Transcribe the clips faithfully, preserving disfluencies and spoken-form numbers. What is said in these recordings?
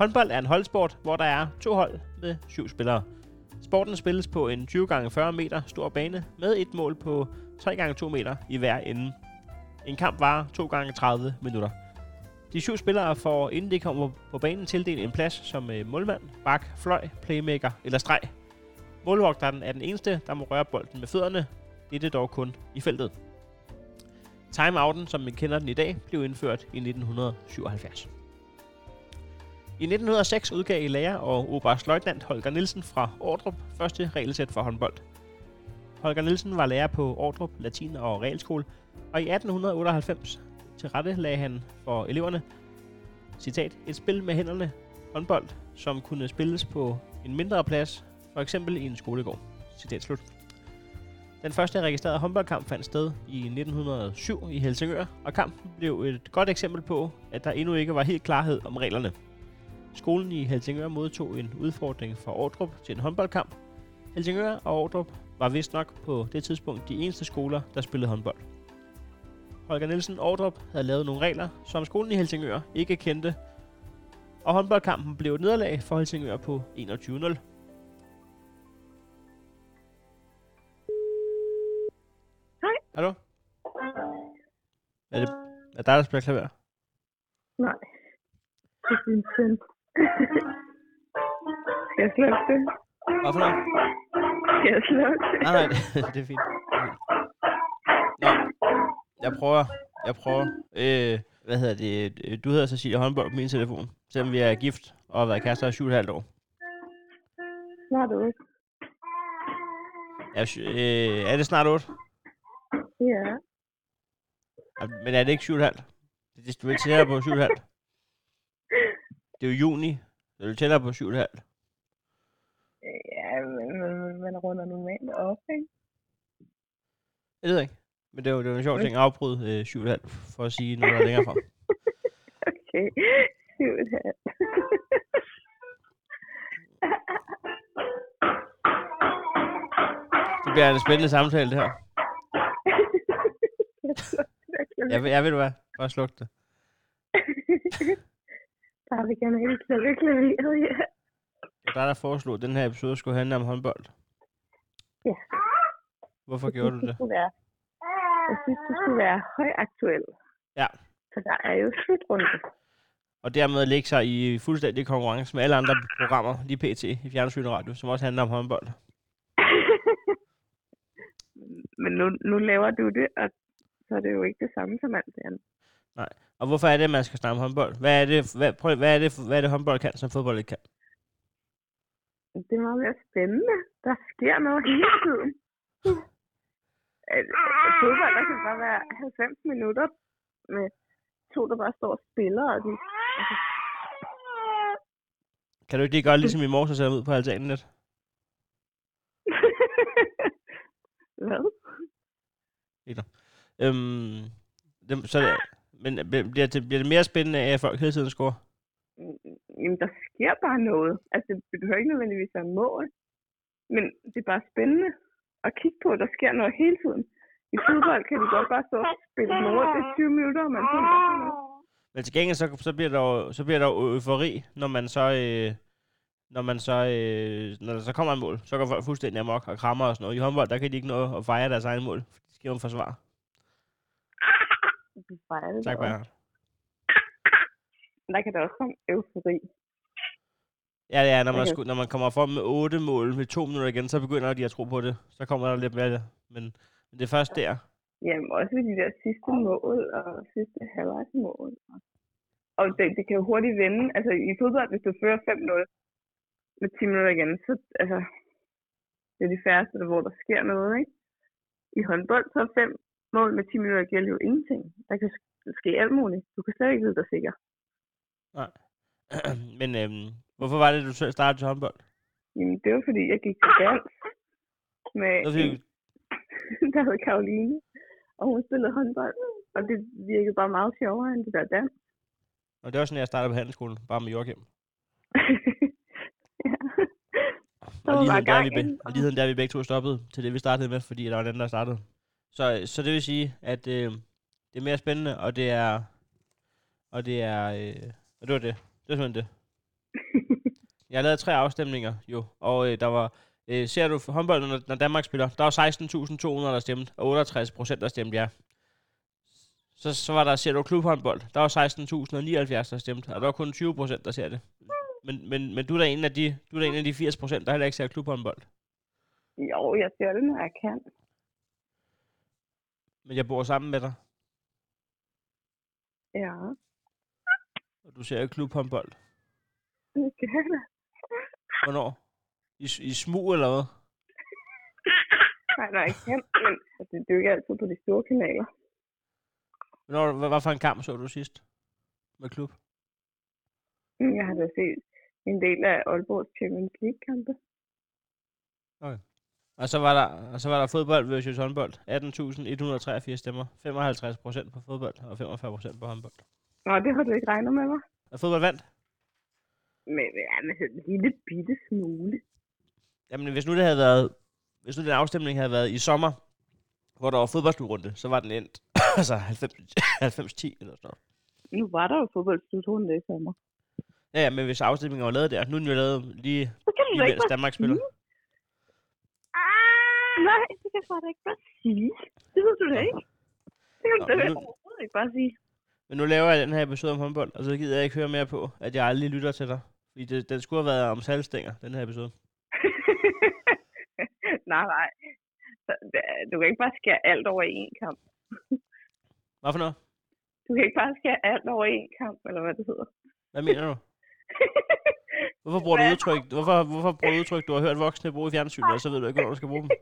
Håndbold er en holdsport, hvor der er to hold med syv spillere. Sporten spilles på en tyve gange fyrre meter stor bane med et mål på tre gange to meter i hver ende. En kamp varer to gange tredive minutter. De syv spillere får, inden de kommer på banen, tildelt en plads som målmand, bak, fløj, playmaker eller streg. Målvogteren er den eneste, der må røre bolden med fødderne. Det er dog kun i feltet. Timeouten, som vi kender den i dag, blev indført i nitten syvoghalvfjerds. I nitten hundrede og seks udgav lærer og oberstløjtnant Holger Nielsen fra Ordrup første regelsæt for håndbold. Holger Nielsen var lærer på Ordrup Latin- og Realskole, og i atten otteoghalvfems tilrettelagde han for eleverne, citat, et spil med hænderne, håndbold, som kunne spilles på en mindre plads, for eksempel i en skolegård. Citat slut. Den første registrerede håndboldkamp fandt sted i nitten hundrede og syv i Helsingør, og kampen blev et godt eksempel på, at der endnu ikke var helt klarhed om reglerne. Skolen i Helsingør modtog en udfordring fra Ordrup til en håndboldkamp. Helsingør og Ordrup var vist nok på det tidspunkt de eneste skoler, der spillede håndbold. Holger Nielsen Ordrup havde lavet nogle regler, som skolen i Helsingør ikke kendte, og håndboldkampen blev et nederlag for Helsingør på enogtyve nul. Hej. Hallo? Er det er dig, der spiller klaver? Nej. Det er din søn. Skal jeg slukke det? Hvad for noget? Skal jeg slukke det? Nej, nej, det er fint. Nå, jeg prøver. Jeg prøver. Øh, hvad hedder det? Du hedder Cecilia Håndbold på min telefon. Selvom vi er gift og har været kærester i syv og et halvt år. Snart otte. Er, øh, er det snart otte? Ja. Men er det ikke syv og et halvt? Du vil tælle på syv og et halvt. Det er jo juni, så du tæller på syv og et halvt. Ja, men man, man runder normalt op, ikke? Jeg ved ikke. Men det var, det var en sjov ting at afbryde øh, syv og et halvt, for at sige noget, der er længere frem. Okay, syv og et halvt. Det bliver en spændende samtale, det her. jeg, jeg ved du hvad? Bare sluk det. Bare vil gerne have det klukke klaveret, ja. Det var dig, der foreslog, at den her episode skulle handle om håndbold. Ja. Hvorfor jeg gjorde synes, du det? det være, jeg synes, det skulle være højaktuelt. Ja. Så der er jo slutrunde. Og dermed lægge sig i fuldstændig konkurrence med alle andre programmer, lige pt. I fjernsyn og radio, som også handler om håndbold. Men nu, nu laver du det, og så er det jo ikke det samme som alt det andet. Nej. Og hvorfor er det, at man skal snakke om håndbold? Hvad er det, hvad, prøv, hvad er det, hvad er det håndbold kan, som fodbold ikke kan? Det er meget mere spændende. Der sker noget hele tiden. Fodbold, der kan bare være halvfems minutter med to, der bare står og spiller. Og de, altså. Kan du ikke lige gøre ligesom i morges og sætte ud på altanen lidt? Hvad? Ikke øhm, det, så det, men bliver det, bliver det mere spændende af, at folk hele tiden scorer? Jamen, der sker bare noget. Altså, det behøver ikke nødvendigvis være mål. Men det er bare spændende at kigge på, at der sker noget hele tiden. I fodbold kan de godt bare stå og spille mål i tyve minutter, og man får noget. Men til gengæld, så, så bliver der jo, så bliver der jo eufori, når man så... Øh, når man så... Øh, når der så kommer en mål, så går folk fuldstændig amok og krammer og sådan noget. I håndbold, der kan de ikke nå at fejre deres egen mål. De skal jo forsvare. De fejrer det. Tak, Bernhard. Der kan der også komme eufori. Ja, det er, når man, sku, når man kommer frem med otte mål med to minutter igen, så begynder de at tro på det. Så kommer der lidt mere, men, men det er først der. Jamen, også ved de der sidste mål og sidste halvvejsmål. Og det, det kan jo hurtigt vende. Altså, i fodbold, hvis du fører fem nul med ti minutter igen, så altså, det er de færreste, hvor der sker noget, ikke? I håndbold, så er fem mål med ti minutter gælder jo ingenting. Der kan ske alt muligt. Du kan slet ikke vide dig sikker. Nej. Men øhm, hvorfor var det, du selv startede til håndbold? Jamen, det var fordi, jeg gik til dans med fordi... en, der hed Karoline. Og hun spillede håndbold. Og det virkede bare meget sjovere end det der dans. Og det var sådan, jeg startede på handelsskolen, bare med Joachim. Ja. Og ligheden der, vi be- og ligheden der, vi begge to stoppede til det, vi startede med, fordi der var en anden, der startede. Så, så det vil sige, at øh, det er mere spændende, og det er... Og det er... Øh, og det var det. Det var simpelthen det. Jeg har lavet tre afstemninger, jo. Og øh, der var... Øh, ser du håndbold, når, når Danmark spiller? Der var seksten tusind to hundrede, der stemte, og otteogtres procent, der stemte ja. Så, så var der, ser du klubhåndbold? Der var seksten tusind nioghalvfjerds, der stemte, og der var kun tyve procent, der ser det. Men, men, men du er da en af de, du er da en af de firs procent, der heller ikke ser klubhåndbold. Jo, jeg ser det, når jeg kan. Men jeg bor sammen med dig. Ja. Og du ser ikke klubhåndbold. Det gør det. Hvornår? I, i smug eller hvad? Nej, nej, jeg kan. Men altså, det er jo ikke altid på de store kanaler. Hvornår, hvad, hvad for en kamp så du sidst med klub? Jeg har da set en del af Aalborgs Champions League-kampe. Okay. Og så var der, og så var der fodbold versus håndbold. atten tusind et hundrede treogfirs stemmer. femoghalvtreds procent på fodbold og femogfyrre procent på håndbold. Nå, det har du ikke regnet med, hva'? Og fodbold vandt? Men ja, med sådan en lille bitte smule. Jamen, hvis nu det havde været, hvis nu den afstemning havde været i sommer, hvor der var fodboldsludrunde, så var den endt altså halvfems ti eller sådan noget. Nu var der jo fodboldsludrunde i sommer. Ja, ja, men hvis afstemningen var lavet der, nu er den jo lavet lige, så kan lige mens Danmark spiller. Ah, nej, det kan jeg da ikke bare sige. Det ved du da ikke. Det kan du da overhovedet ikke bare sige. Men nu laver jeg den her episode om håndbold, og så gider jeg ikke høre mere på, at jeg aldrig lytter til dig. Fordi det, den skulle have været om salgstænger, den her episode. nej, nej. Så, du kan ikke bare skære alt over i en kamp. Hvad for noget? Du kan ikke bare skære alt over i en kamp, eller hvad det hedder. Hvad mener du? Hvorfor bruger du udtryk, hvorfor, hvorfor bruger du udtryk, du har hørt voksne bruge i fjernsynet, og så ved du ikke, hvornår du skal bruge dem?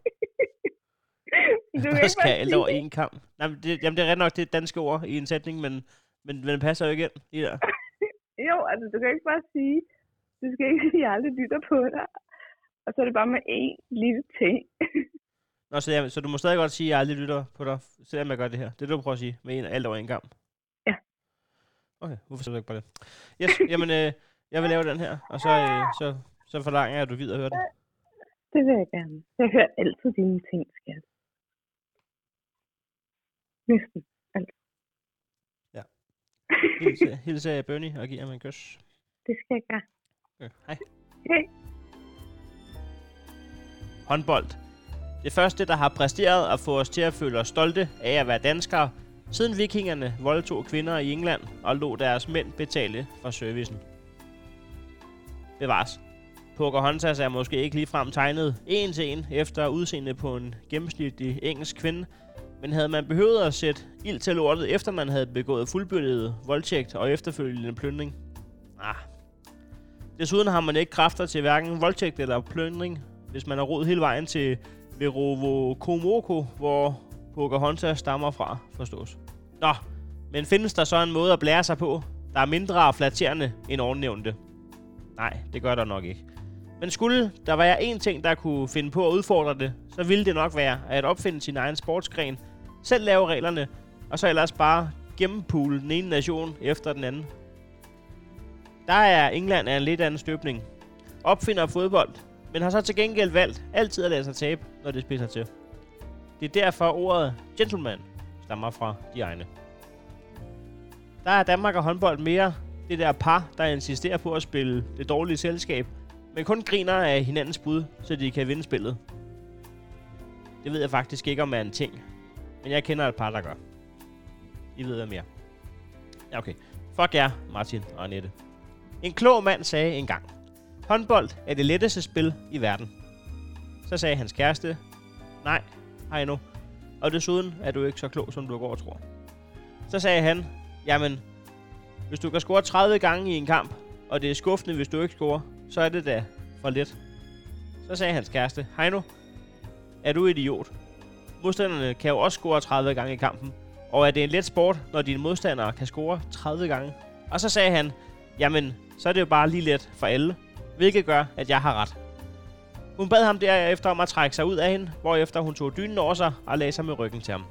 Du kan skal alt over en kamp. Nej, men det, jamen, det er ret nok, det er danske ord i en sætning, men, men, men det passer jo ikke ind i der. Jo, altså du kan ikke bare sige, du skal ikke sige, at jeg aldrig lytter på dig. Og så er det bare med én lille ting. Nå, så, ja, så du må stadig godt sige, at jeg aldrig lytter på dig, selvom jeg gør det her. Det er det, du prøver at sige, med en, alt over en kamp. Ja. Okay, hvorfor så du ikke på det? Yes, jamen, øh, jeg vil lave den her, og så, øh, så, så forlanger jeg, at du gider at høre den. Det vil jeg gerne. Jeg hører altid dine ting, skat. Næsten alt. Ja. Hilse, hilse af Bernie og giver ham en kys. Det skal jeg gøre. Okay, hej. Hej. Håndbold. Det første, der har præsteret at få os til at føle os stolte af at være danskere, siden vikingerne voldtog kvinder i England og lod deres mænd betale for servicen. Bevares. Pocahontas er måske ikke ligefrem tegnet en til en efter udseende på en gennemsnitlig engelsk kvinde, men havde man behøvet at sætte ild til lortet, efter man havde begået fuldbyrdet voldtægt og efterfølgende plyndring? Ah. Desuden har man ikke kræfter til hverken voldtægt eller plyndring, hvis man har rodet hele vejen til Verovokomoko, hvor Pocahontas stammer fra, forstås. Nå, men findes der så en måde at blære sig på, der er mindre flatterende end ovennævnte? Nej, det gør der nok ikke. Men skulle der være en ting, der kunne finde på at udfordre det, så ville det nok være at opfinde sin egen sportsgren, selv lave reglerne, og så ellers bare gennempule den ene nation efter den anden. Der er England af en lidt anden støbning. Opfinder fodbold, men har så til gengæld valgt altid at lade sig tabe, når det spidser til. Det er derfor ordet gentleman stammer fra de egne. Der er Danmark og håndbold mere det der par, der insisterer på at spille det dårlige selskab, men kun griner af hinandens bud, så de kan vinde spillet. Det ved jeg faktisk ikke, om er en ting, men jeg kender et par, der gør. I ved hvad mere. Ja, okay. Fuck jer, Martin og Annette. En klog mand sagde engang: håndbold er det letteste spil i verden. Så sagde hans kæreste: nej, hej nu. Og desuden er du ikke så klog, som du går og tror. Så sagde han: jamen, hvis du kan score tredive gange i en kamp, og det er skuffende, hvis du ikke scorer, så er det da for let. Så sagde hans kæreste: hej nu, er du idiot? Modstanderne kan jo også score tredive gange i kampen, og er det en let sport, når dine modstandere kan score tredive gange? Og så sagde han: jamen, så er det jo bare lige let for alle, hvilket gør, at jeg har ret. Hun bad ham derefter om at trække sig ud af hende, hvorefter hun tog dynen over sig og lagde sig med ryggen til ham.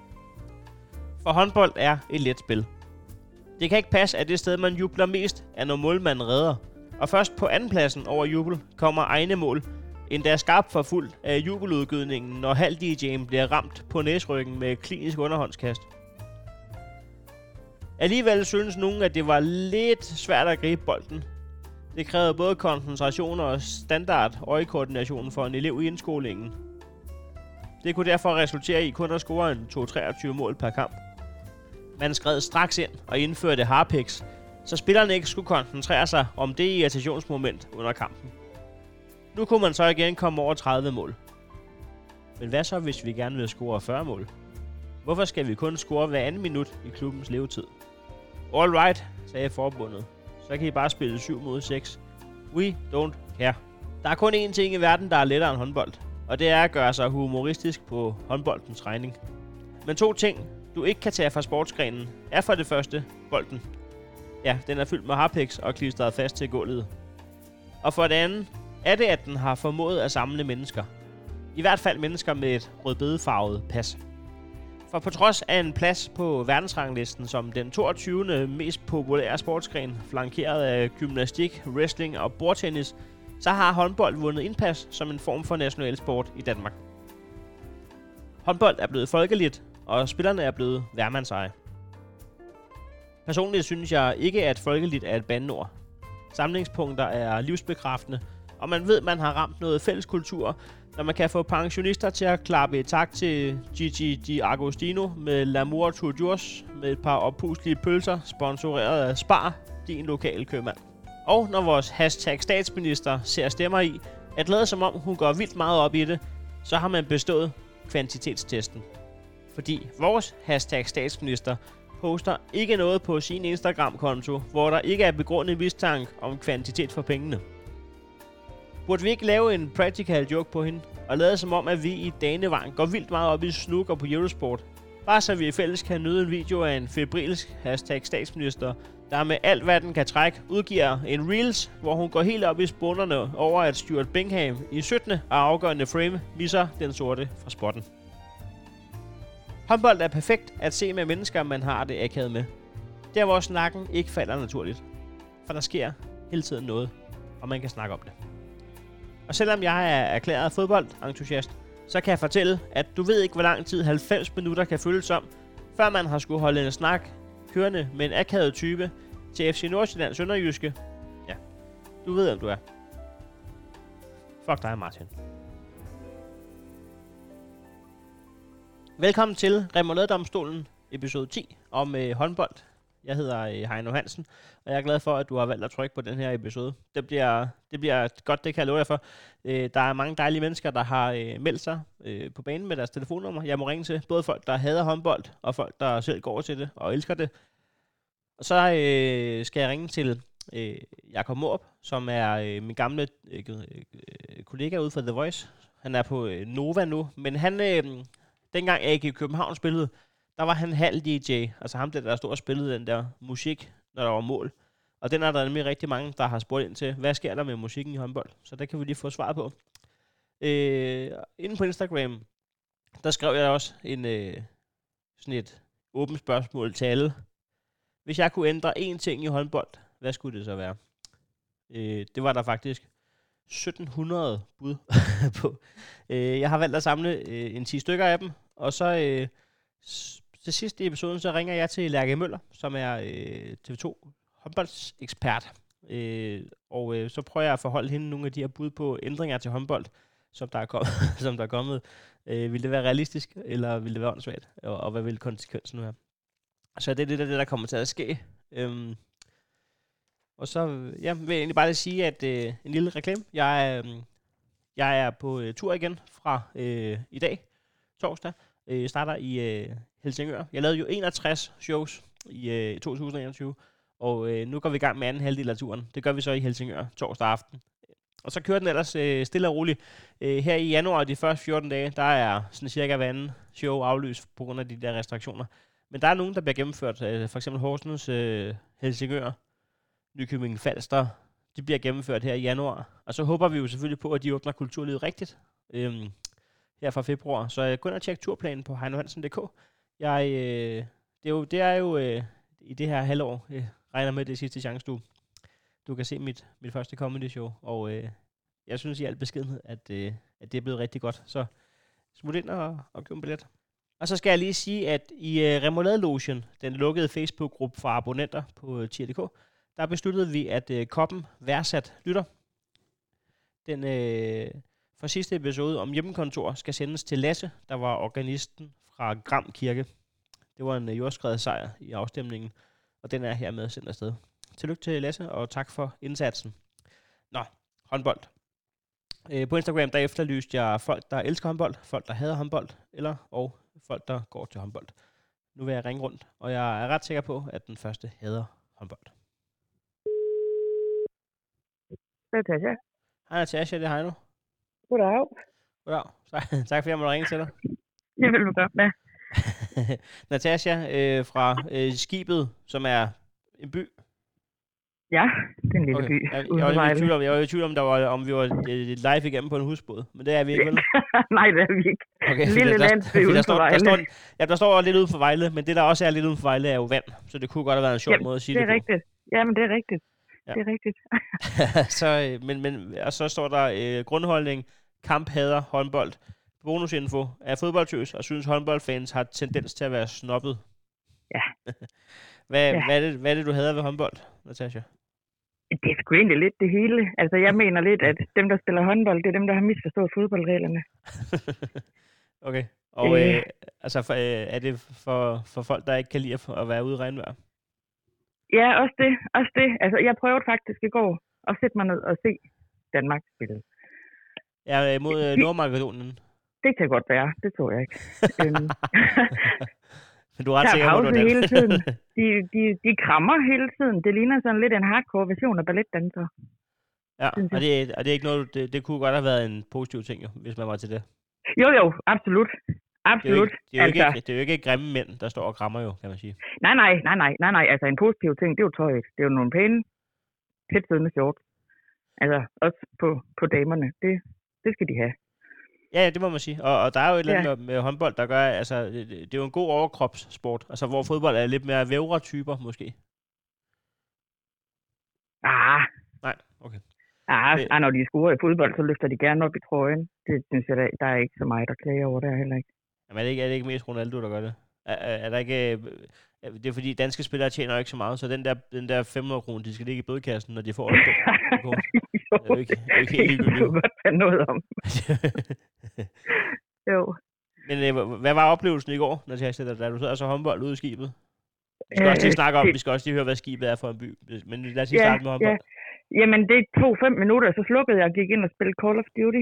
For håndbold er et let spil. Det kan ikke passe, at det sted, man jubler mest, er når målmanden redder. Og først på andenpladsen over jubel kommer egne mål, endda skarpt for fuld af jubeludgydningen, når halv-D J'en bliver ramt på næsryggen med klinisk underhåndskast. Alligevel synes nogen, at det var lidt svært at gribe bolden. Det krævede både koncentration og standard øjekoordination for en elev i indskolingen. Det kunne derfor resultere i kun at score en to komma treogtyve mål per kamp. Man skred straks ind og indførte harpiks, så spillerne ikke skulle koncentrere sig om det irritationsmoment under kampen. Nu kunne man så igen komme over tredive mål. Men hvad så, hvis vi gerne vil score fyrre mål? Hvorfor skal vi kun score hver anden minut i klubbens levetid? All right, sagde forbundet. Så kan I bare spille syv mod seks. We don't care. Der er kun én ting i verden, der er lettere end håndbold. Og det er at gøre sig humoristisk på håndboldens regning. Men to ting, du ikke kan tage fra sportsgrenen, er for det første bolden. Ja, den er fyldt med harpiks og klistret fast til gulvet. Og for det andet er det, at den har formået at samle mennesker. I hvert fald mennesker med et rødbedefarvet pas. For på trods af en plads på verdensranglisten som den toogtyvende mest populære sportsgren, flankeret af gymnastik, wrestling og bordtennis, så har håndbold vundet indpas som en form for national sport i Danmark. Håndbold er blevet folkeligt, og spillerne er blevet hvermandseje. Personligt synes jeg ikke, at folkeligt er et bandeord. Samlingspunkter er livsbekræftende, og man ved, man har ramt noget fælles kultur, når man kan få pensionister til at klappe i takt til Gigi Di Agostino med L'amour toujours med et par oppuslige pølser, sponsoreret af Spar, din lokale købmand. Og når vores hashtag statsminister ser stemmer i, at lade som om hun går vildt meget op i det, så har man bestået kvantitetstesten. Fordi vores hashtag statsminister poster ikke noget på sin Instagram-konto, hvor der ikke er begrundet mistanke om kvantitet for pengene. Burde vi ikke lave en practical joke på hende, og lade som om, at vi i Danevang går vildt meget op i snooker på Eurosport? Bare så vi i fælles kan nyde en video af en febrilsk hashtag statsminister, der med alt, hvad den kan trække, udgiver en reels, hvor hun går helt op i spunderne over, at Stuart Bingham i syttende og afgørende frame misser den sorte fra spotten. Håndbold er perfekt at se med mennesker, man har det akavet med. Der hvor snakken ikke falder naturligt. For der sker hele tiden noget, og man kan snakke om det. Og selvom jeg er erklæret fodboldentusiast, så kan jeg fortælle, at du ved ikke, hvor lang tid halvfems minutter kan føles om, før man har skulle holde en snak kørende med en akavet type til F C Nordsjælland Sønderjyske. Ja, du ved, hvem du er. Fuck dig, Martin. Velkommen til Remouladedomstolen, episode ti, om øh, håndbold. Jeg hedder øh, Heino Hansen, og jeg er glad for, at du har valgt at trykke på den her episode. Det bliver, det bliver godt, det kan jeg love jer for. Øh, der er mange dejlige mennesker, der har øh, meldt sig øh, på banen med deres telefonnummer. Jeg må ringe til både folk, der hader håndbold, og folk, der selv går til det og elsker det. Og så øh, skal jeg ringe til øh, Jakob Måb, som er øh, min gamle øh, øh, kollega ude fra The Voice. Han er på øh, Nova nu, men han... Øh, dengang A G København spillede, der var han halv D J. Altså ham der, der stod og spillede den der musik, når der var mål. Og den er der nemlig rigtig mange, der har spurgt ind til, hvad sker der med musikken i håndbold? Så der kan vi lige få svaret på. Øh, inde på Instagram, der skrev jeg også en, øh, sådan et åbent spørgsmål til alle. Hvis jeg kunne ændre én ting i håndbold, hvad skulle det så være? Øh, det var der faktisk sytten hundrede bud på. Øh, jeg har valgt at samle øh, en ti stykker af dem, og så øh, s- til sidst i episoden, så ringer jeg til Lærke Møller, som er øh, T V to håndboldsekspert. Øh, og øh, så prøver jeg at forholde hende nogle af de her bud på ændringer til håndbold, som der er, kom- som der er kommet. Øh, vil det være realistisk, eller vil det være åndssvagt? Og, og hvad vil konsekvensen være? Så det er det, der, det, der kommer til at ske. Øhm, Og så ja, vil jeg egentlig bare lige sige, at øh, en lille reklame. Jeg, øh, jeg er på øh, tur igen fra øh, i dag, torsdag. Jeg øh, starter i øh, Helsingør. Jeg lavede jo enogtres shows i øh, to tusind og enogtyve, og øh, nu går vi i gang med anden halvdel af turen. Det gør vi så i Helsingør torsdag aften. Og så kører den ellers øh, stille og roligt. Øh, her i januar, de første fjorten dage, der er sådan cirka hver anden show aflyst på grund af de der restriktioner. Men der er nogen, der bliver gennemført. Øh, for eksempel Horsens, øh, Helsingør, Nykøbing Falster, de bliver gennemført her i januar. Og så håber vi jo selvfølgelig på, at de åbner kulturlivet rigtigt øhm, her fra februar. Så gå ind og tjek turplanen på heinohansen punktum d k. Jeg, øh, det er jo, det er jo øh, i det her halvår, jeg regner med det sidste chance, du, du kan se mit, mit første comedy show. Og øh, jeg synes i al beskedenhed, at, øh, at det er blevet rigtig godt. Så smut ind og, og køb en billet. Og så skal jeg lige sige, at i øh, Remoulade Logen, den lukkede Facebook-gruppe for abonnenter på tier punktum d k, der besluttede vi, at øh, koppen værdsat lytter. Den øh, for sidste episode om hjemmekontor skal sendes til Lasse, der var organisten fra Gram Kirke. Det var en øh, jordskredet sejr i afstemningen, og den er hermed sendt afsted. Tillykke til Lasse, og tak for indsatsen. Nå, håndbold. Øh, på Instagram, der efterlyste jeg folk, der elsker håndbold, folk, der hader håndbold, eller og folk, der går til håndbold. Nu vil jeg ringe rundt, og jeg er ret sikker på, at den første hader håndbold. Det er Tasha. Hej Natasha, det er Heino. Goddag. Goddag. Tak, tak fordi jeg måtte ringe til dig. Jeg vil godt med. Natasha øh, fra øh, Skibet, som er en by. Ja, det er en lille Okay. by. Jeg, jeg, var i tvivl om, jeg var i tvivl om, der var, om vi var øh, live igennem på en husbåd, men det er vi ikke, vel? Nej, det er vi ikke. Okay, Lille der, landsby der, uden der, for står, der, Vejle. står, ja, der står lidt uden for Vejle, men det der også er lidt uden for Vejle er jo vand, så det kunne godt have været en sjov Jamen, måde at sige det det, er det rigtigt. Jamen, det er rigtigt. Ja. Det er rigtigt. så, øh, men, men, og så står der øh, grundholdning, kamp, hader, håndbold, bonusinfo, er fodboldtøs, og synes håndboldfans har tendens til at være snobbet. Ja. hvad, Ja. hvad, er det, hvad er det, du hader ved håndbold, Natasha? Det er sgu egentlig lidt det hele. Altså, jeg mener lidt, at dem, der spiller håndbold, det er dem, der har misforstået fodboldreglerne. Okay. Og Øh. øh, altså, for, øh, er det for, for folk, der ikke kan lide at, at være ude i regnvejr? Ja, også det. Også det. Altså, jeg prøvede faktisk i går at sætte mig ned og se Danmark spille. Jeg er imod øh, Nordmakedonien. Det kan godt være. Det tror jeg ikke. øhm. Men du er ret Der er sikker på, pause at du er hele dansk. tiden. De, de, de krammer hele tiden. Det ligner sådan lidt en hardcore version af balletdanser. Ja, synes og det, er- og det er ikke noget, det, det kunne godt have været en positiv ting, jo, hvis man var til det. Jo, jo, absolut. Det er jo Absolut. ikke, det er jo altså, ikke, det er jo ikke grimme mænd, der står og krammer jo, kan man sige. nej, nej, nej, nej, nej, nej. Altså en positiv ting, det er jo tøjet. Det er jo nogle pæne, tæt siddende shorts. Altså også på, på damerne. Det, det skal de have. Ja, ja, det må man sige. Og, og der er jo et eller andet Ja. med, med håndbold, der gør, altså, det, det er jo en god overkropssport, altså hvor fodbold er lidt mere vævre typer, måske. Ah, Nej, okay. ah, Det- ah, når de scorer i fodbold, så løfter de gerne op i trøjen. Det synes jeg, der, der er ikke så meget, der klager over der heller ikke. Jamen, er det ikke, er det ikke mest Ronaldo, der gør det? Er, er, er der ikke... øh, Det er fordi, danske spillere tjener jo ikke så meget, så den der, den der fem hundrede kroner, de skal ligge i bødekassen, når de får det. jo, Det er jo ikke- det er jo ikke helt det ligegyldigt. kunne godt være noget om. Jo. Men øh, hvad var oplevelsen i går, Natasha, da, da du sad og så håndbold ude i skibet? Vi skal også lige Øh, snakke om, det- vi skal også lige høre, hvad skibet er for en by. Men lad os lige Ja, starte med håndbold. Jamen, det tog fem minutter, så slukkede jeg og gik ind og spillede Call of Duty.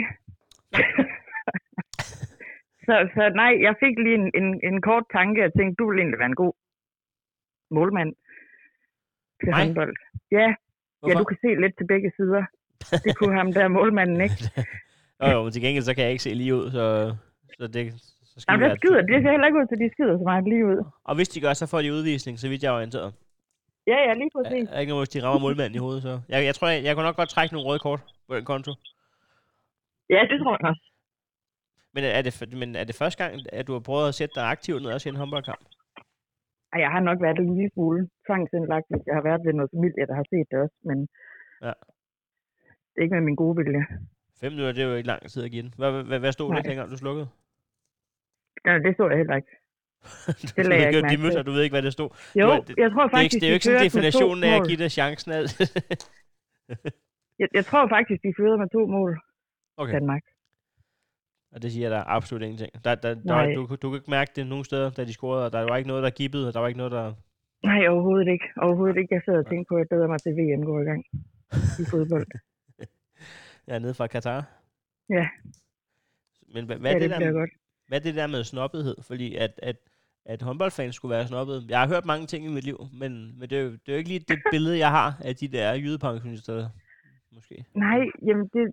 så, så nej, jeg fik lige en, en, en kort tanke, og tænkte, du ville egentlig være en god målmand til Mig? håndbold. Ja, ja, du kan se lidt til begge sider. Det kunne ham der målmanden, ikke? Jo, jo, men til gengæld, så kan jeg ikke se lige ud, så, så det så skal Jamen, vi der være- skider, det ser heller ikke ud til, de skider så meget lige ud. Og hvis de gør, så får de udvisning, så vidt jeg er orienteret. Ja, ja, lige præcis. Er ikke noget, hvis de rammer målmanden i hovedet, så... Jeg, jeg tror, jeg, jeg kunne nok godt trække nogle røde kort på en konto. Ja, det tror jeg også. Men er det, f- men er det første gang, at du har prøvet at sætte dig aktivt ned og se en håndboldkamp? Ej, jeg har nok været en lille smule tvangsindlagt, hvis jeg har været ved noget familie, der har set det også, men Ja. det er ikke med min gode vilje. Fem minutter, det er jo ikke lang tid at give den. Hvad, hvad, hvad stod Nej. det ikke dengang, du slukkede? Ja, det så jeg heller ikke. du, lagde jeg ved ikke ikke, de mærke mødte, til. du ved ikke, hvad det stod. Jo, Du er- det, jeg tror det, er ikke, faktisk, det er jo ikke sådan de førte med to definitionen af at mål. give det chancen af. Jeg, jeg tror faktisk, de førte med to mål, Okay, Danmark. og det siger der absolut ingenting. Der, der, der, Nej. du, du kunne ikke mærke det nogen steder, da de scorede, og der var ikke noget, der gibbede, og der var ikke noget, der... Nej, overhovedet ikke. Overhovedet ikke. Jeg sad og tænkte på, at jeg bedre mig til V M går i gang i fodbold. Jeg er nede fra Katar. Ja, Men hvad, hvad, ja er det det bliver der, godt. hvad er det der med snobbethed? Fordi at, at, at håndboldfans skulle være snobbede. Jeg har hørt mange ting i mit liv, men, men det, er jo, det er jo ikke lige det billede, jeg har af de der jydepensionister, måske. Nej, jamen det...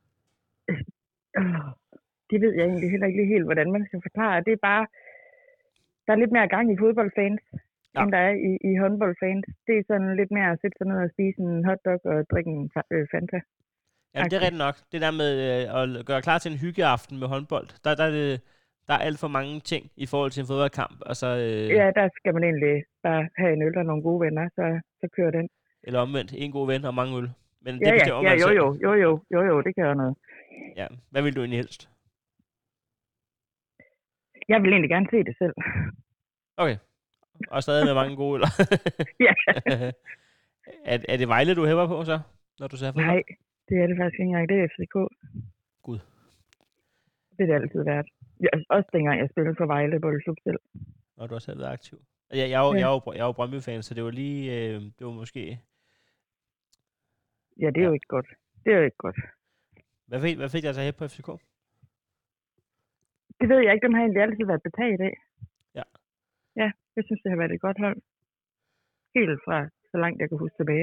Øh, det ved jeg egentlig heller ikke lige helt, hvordan man skal forklare. Det er bare... Der er lidt mere gang i fodboldfans, Ja. ja. end der er i, i håndboldfans. Det er sådan lidt mere at sætte sig ned og spise en hotdog og drikke en fa- øh, Fanta. Ja, det er rigtigt nok. Det der med øh, at gøre klar til en hyggeaften med håndbold, der, der, er, det, der er alt for mange ting i forhold til en fodboldkamp. Altså, øh, Ja, der skal man egentlig bare have en øl og nogle gode venner, så, så kører den. Eller omvendt, en god ven og mange øl. Men det Ja, ja, bestemmer ja, man jo, selv. jo, jo, jo, jo, jo, det kan jeg noget. Ja. Hvad vil du egentlig helst? Jeg vil egentlig gerne se det selv. Okay. Og stadig med mange gode øl. Ja. Er, er det Vejle, du hæver på så, når du ser fodbold? Nej, det er det faktisk ikke engang. Det er F C K. Gud. Det er det altid været. Ja, også dengang jeg spillede for Vejle Boldklub selv. Og du har selv været aktiv. Jeg, jeg, er jo, Ja. jeg, er jo, jeg er jo Brøndby-fan, så det var lige... Øh, det var måske... Ja, det er Ja. jo ikke godt. Det er jo ikke godt. Hvad fik, hvad fik jeg så her på F C K? Det ved jeg ikke. Dem har egentlig altid været betaget af. Ja. Ja, jeg synes, det har været et godt hold. Helt fra så langt jeg kan huske tilbage.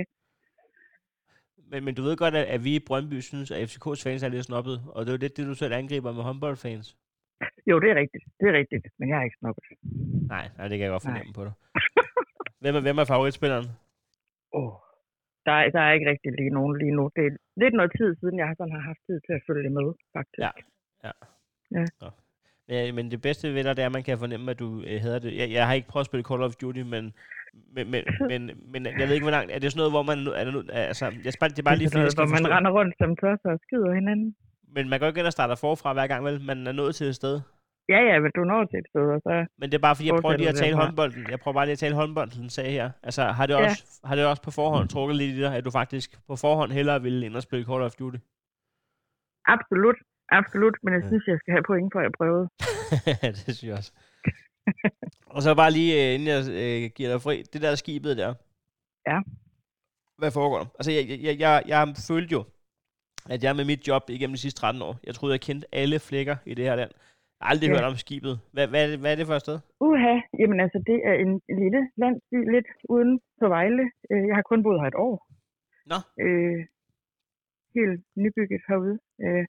Men, men du ved godt, at, at vi i Brøndby synes, at F C K's fans er lidt snobbet. Og det er jo lidt det, du selv angriber med håndboldfans. Jo, det er rigtigt. Det er rigtigt. Men jeg er ikke snobbet. Nej, nej, det kan jeg godt fornemme på dig. Hvem er, hvem er favoritspilleren? Åh. Der, er, der er ikke rigtig lige nogen lige nu. Det er lidt noget tid siden, jeg sådan har haft tid til at følge med, faktisk. Ja. Ja. Ja. Nå. Ja, men det bedste ved dig, det er, at man kan fornemme, at du øh, hader det. Jeg, jeg har ikke prøvet at spille Call of Duty, men, men, men, men, men jeg ved ikke, hvor langt... Er det sådan noget, hvor man... Er det, altså, jeg spørger, det er bare lige, fordi jeg skal hvor man forstå. render rundt som tosser og skyder hinanden. Men man går ikke ind og starter forfra hver gang, vel? Man er nået til et sted. Ja, ja, men du når til et sted, og så... Men det er bare, fordi jeg prøver lige at Fortsætter tale derfra. håndbolden. Jeg prøver bare lige at tale håndbolden, sagde her. Altså, har det, Ja. også, har det også på forhånd trukket lidt i dig, at du faktisk på forhånd hellere ville ind og spille Call of Duty? Absolut. Absolut. Men jeg Ja. synes, jeg skal have point for, at jeg prøvede. Det synes jeg også. Og så bare lige, øh, inden jeg øh, giver dig fri, det der skibet der. Ja. Hvad foregår der? Altså, jeg, jeg, jeg, jeg følte jo, at jeg med mit job igennem de sidste tretten år, jeg troede, jeg kendte alle flækker i det her land. Jeg har aldrig Ja. hørt om skibet. Hvad, hvad, er det, hvad er det for et sted? Uha, jamen altså, det er en lille landsby lidt uden for Vejle. Øh, Jeg har kun boet her et år. Nå. Øh, helt nybygget herude. Øh,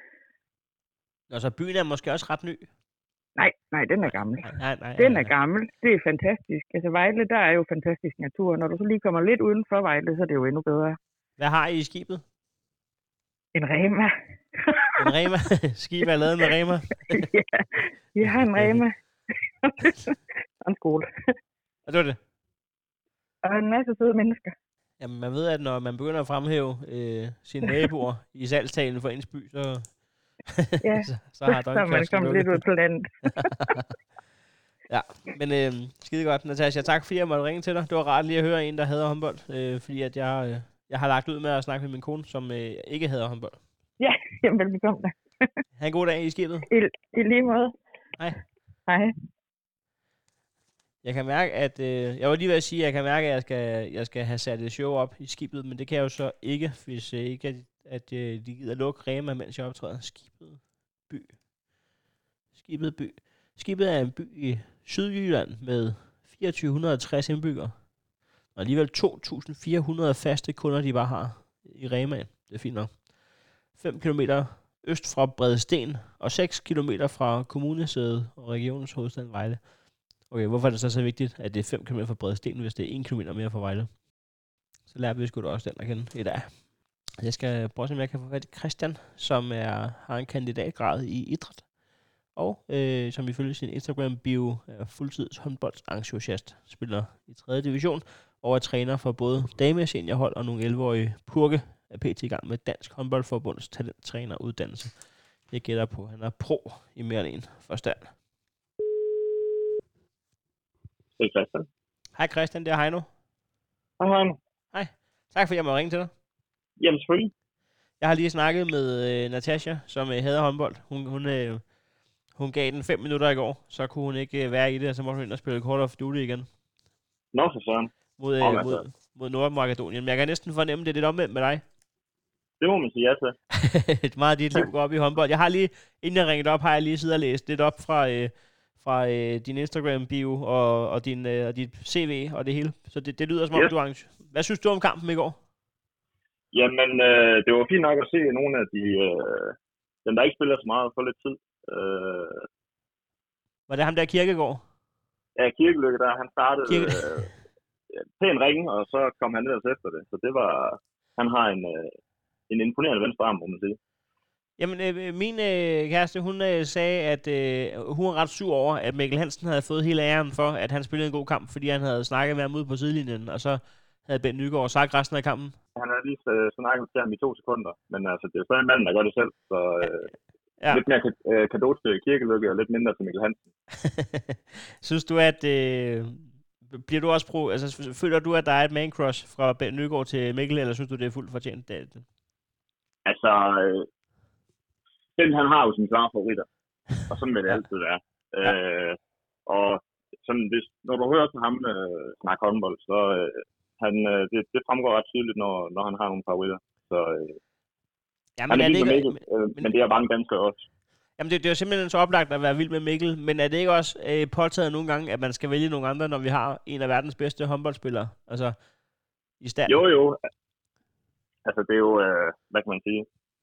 Altså, byen er måske også ret ny. nej, nej, den er gammel. Nej, nej, nej. Den nej, er gammel. Det er fantastisk. Altså Vejle, der er jo fantastisk natur. Når du så lige kommer lidt uden for Vejle, så er det jo endnu bedre. Hvad har I i skibet? En Rema. En Rema? Skib er lavet med Rema? Ja, vi har en Rema. Og en skole. Og det var det. Og en masse søde mennesker. Jamen, man ved, at når man begynder at fremhæve øh, sine naboer i salgstalen for ens by, så, Ja, så, så Så, har så er man døgnkiosken kommet lidt ud på landet. Ja, men øh, skide godt, Natasha. Tak fordi jeg måtte ringe til dig. Det var rart lige at høre en, der hader håndbold. Øh, fordi at jeg, øh, jeg har lagt ud med at snakke med min kone, som øh, ikke hader håndbold. Ja, jamen velbekomme da. Ha' en god dag i skibet. I, I lige måde. Hej. Hej. Jeg kan mærke, at... Øh, jeg var lige ved at sige, at jeg kan mærke, at jeg skal, jeg skal have sat et show op i skibet, men det kan jeg jo så ikke, hvis øh, ikke at, at øh, de gider lukke Rema, mens jeg optræder. Skibet by. Skibet by. Skibet er en by i Sydjylland med to tusind fire hundrede og tres indbyggere. Og alligevel to tusind fire hundrede faste kunder, de bare har i Rema. Det er fint nok. fem kilometer øst fra Bredsten og seks kilometer fra kommunesædet og regionens hovedstad Vejle. Okay, hvorfor er det så så vigtigt, at det er fem kilometer fra Bredsten, hvis det er en kilometer mere fra Vejle? Så lærer vi sgu da også den at kende i dag. Jeg skal prøve at se, om jeg kan få fat i Christian, som er, har en kandidatgrad i idræt. Og øh, som ifølge sin Instagram-bio er fuldtids håndboldentusiast, spiller i tredje division og er træner for både dame- seniorhold og nogle elleve-årige purke, er pt. I gang med Dansk Håndboldforbunds talenttræneruddannelse. Jeg gætter på, at han er pro i mere end en forstand. Det er Christian. Hej Christian, det er Heino. Hej, hej. Tak fordi jeg må ringe til dig. Jamen, selvfølgelig. Jeg har lige snakket med øh, Natasha, som øh, hader håndbold. Hun, hun, øh, hun gav den fem minutter i går, så kunne hun ikke øh, være i det, og så måtte hun ind og spille Call of Duty igen. Nå, for søren. Mod, øh, Nå, mod, altså. mod Nordmakedonien. Men jeg kan næsten fornemme, det er lidt omvendt med dig. Det må man sige ja til. Meget af dit liv går op i håndbold. Jeg har lige, inden jeg ringede op, har jeg lige siddet og læst lidt op fra, øh, fra øh, din Instagram-bio og, og, din, øh, og dit C V og det hele. Så det, det lyder som om, Yes. du er arrangør. Hvad synes du om kampen i går? Jamen, øh, det var fint nok at se nogle af de, øh, dem, der ikke spiller så meget, for lidt tid. Øh, Var det ham der Kirkegaard? ja, Kirkelykke der, han startede Kirke... øh, ja, pæn ringe, og så kom han ellers efter det. Så det var, han har en, øh, en imponerende venstre arm, må man sige. Jamen, øh, min øh, kæreste, hun øh, sagde, at øh, hun var ret sur over, at Mikkel Hansen havde fået hele æren for, at han spillede en god kamp, fordi han havde snakket med ham ude på sidelinjen, og så havde Bent Nygaard sagt resten af kampen. Han har lige øh, snakket til ham i to sekunder, men altså, det er stadig manden, der gør det selv. Så øh, Ja. lidt mere øh, cadeau til Kirkelykke, og lidt mindre til Mikkel Hansen. Synes du, at øh, Bliver du også pro... Altså, føler du, at der er et man-crush fra Ben Nygaard til Mikkel, eller synes du, det er fuldt fortjent? Det, det? Altså, øh, den han har jo sine klare favoritter, og sådan vil det Ja. altid være. Ja. Øh, og sådan, hvis, når du hører til ham øh, snakke håndbold, så øh, han, øh, det, det fremgår ret tydeligt, når, når han har nogle favoritter. Så øh, Ja, men han er, er det vild med ikke... Mikkel, øh, men- men det er mange danskere også. Jamen, det, det er jo simpelthen så oplagt at være vild med Mikkel, men er det ikke også øh, påtaget nogle gange, at man skal vælge nogle andre, når vi har en af verdens bedste håndboldspillere? Altså, i stand. Jo, jo. Altså, det er jo, øh, hvad kan man sige?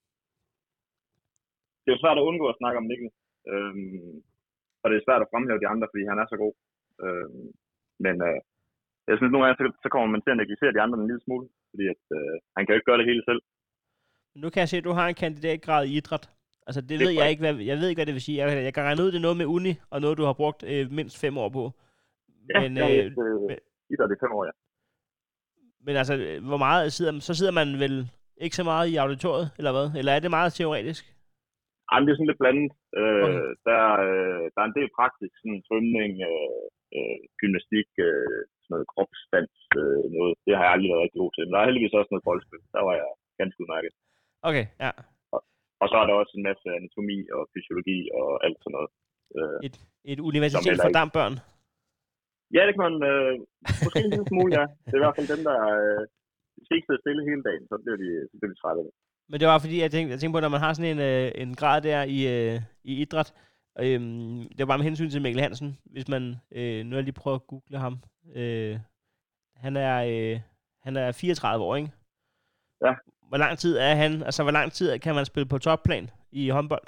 Det er jo svært at undgå at snakke om Mikkel. Øhm, og det er svært at fremhæve de andre, fordi han er så god. Øhm, men øh, jeg synes, nogle gange, så, så kommer man til at negligere de andre en lille smule, fordi at, øh, han kan jo ikke gøre det hele selv. Nu kan jeg se, at du har en kandidatgrad i idræt. Altså, det, Det ved er jeg korrekt. ikke, hvad, jeg ved ikke, hvad det vil sige. Jeg, jeg kan regne ud, det er noget med uni, og noget, du har brugt øh, mindst fem år på. Ja, Men, jeg har øh, læst øh, men- idræt i fem år, ja. men altså, øh, hvor meget sidder så sidder man vel ikke så meget i auditoriet, eller hvad? Eller er det meget teoretisk? Ej, men det er sådan lidt blandet. Øh, Okay. der, øh, der er en del praktisk, sådan svømning, øh, øh, gymnastik, øh, sådan noget kropsdans, øh, noget. Det har jeg aldrig været rigtig god til. Men der er heldigvis også noget boldspil. Der var jeg ganske udmærket. Okay, ja. Og så er der også en masse anatomi og fysiologi og alt sådan noget. Øh, Et, et universitet heller for ikke- dampbørn. ja, det kan man øh, måske en lille smule, ja. Det er i hvert fald dem, der øh, skal ikke sidde stille hele dagen, så bliver de, så bliver de trætte af det. Men det var fordi, jeg tænkte, jeg tænkte på, når man har sådan en, øh, en grad der i, øh, i idræt, øhm, det var bare med hensyn til Mikkel Hansen, hvis man, øh, nu har jeg lige prøvet at google ham, øh, han er, øh, han er fireogtredive år, ikke? Ja. Hvor lang tid er han, altså hvor lang tid kan man spille på topplan i håndbold?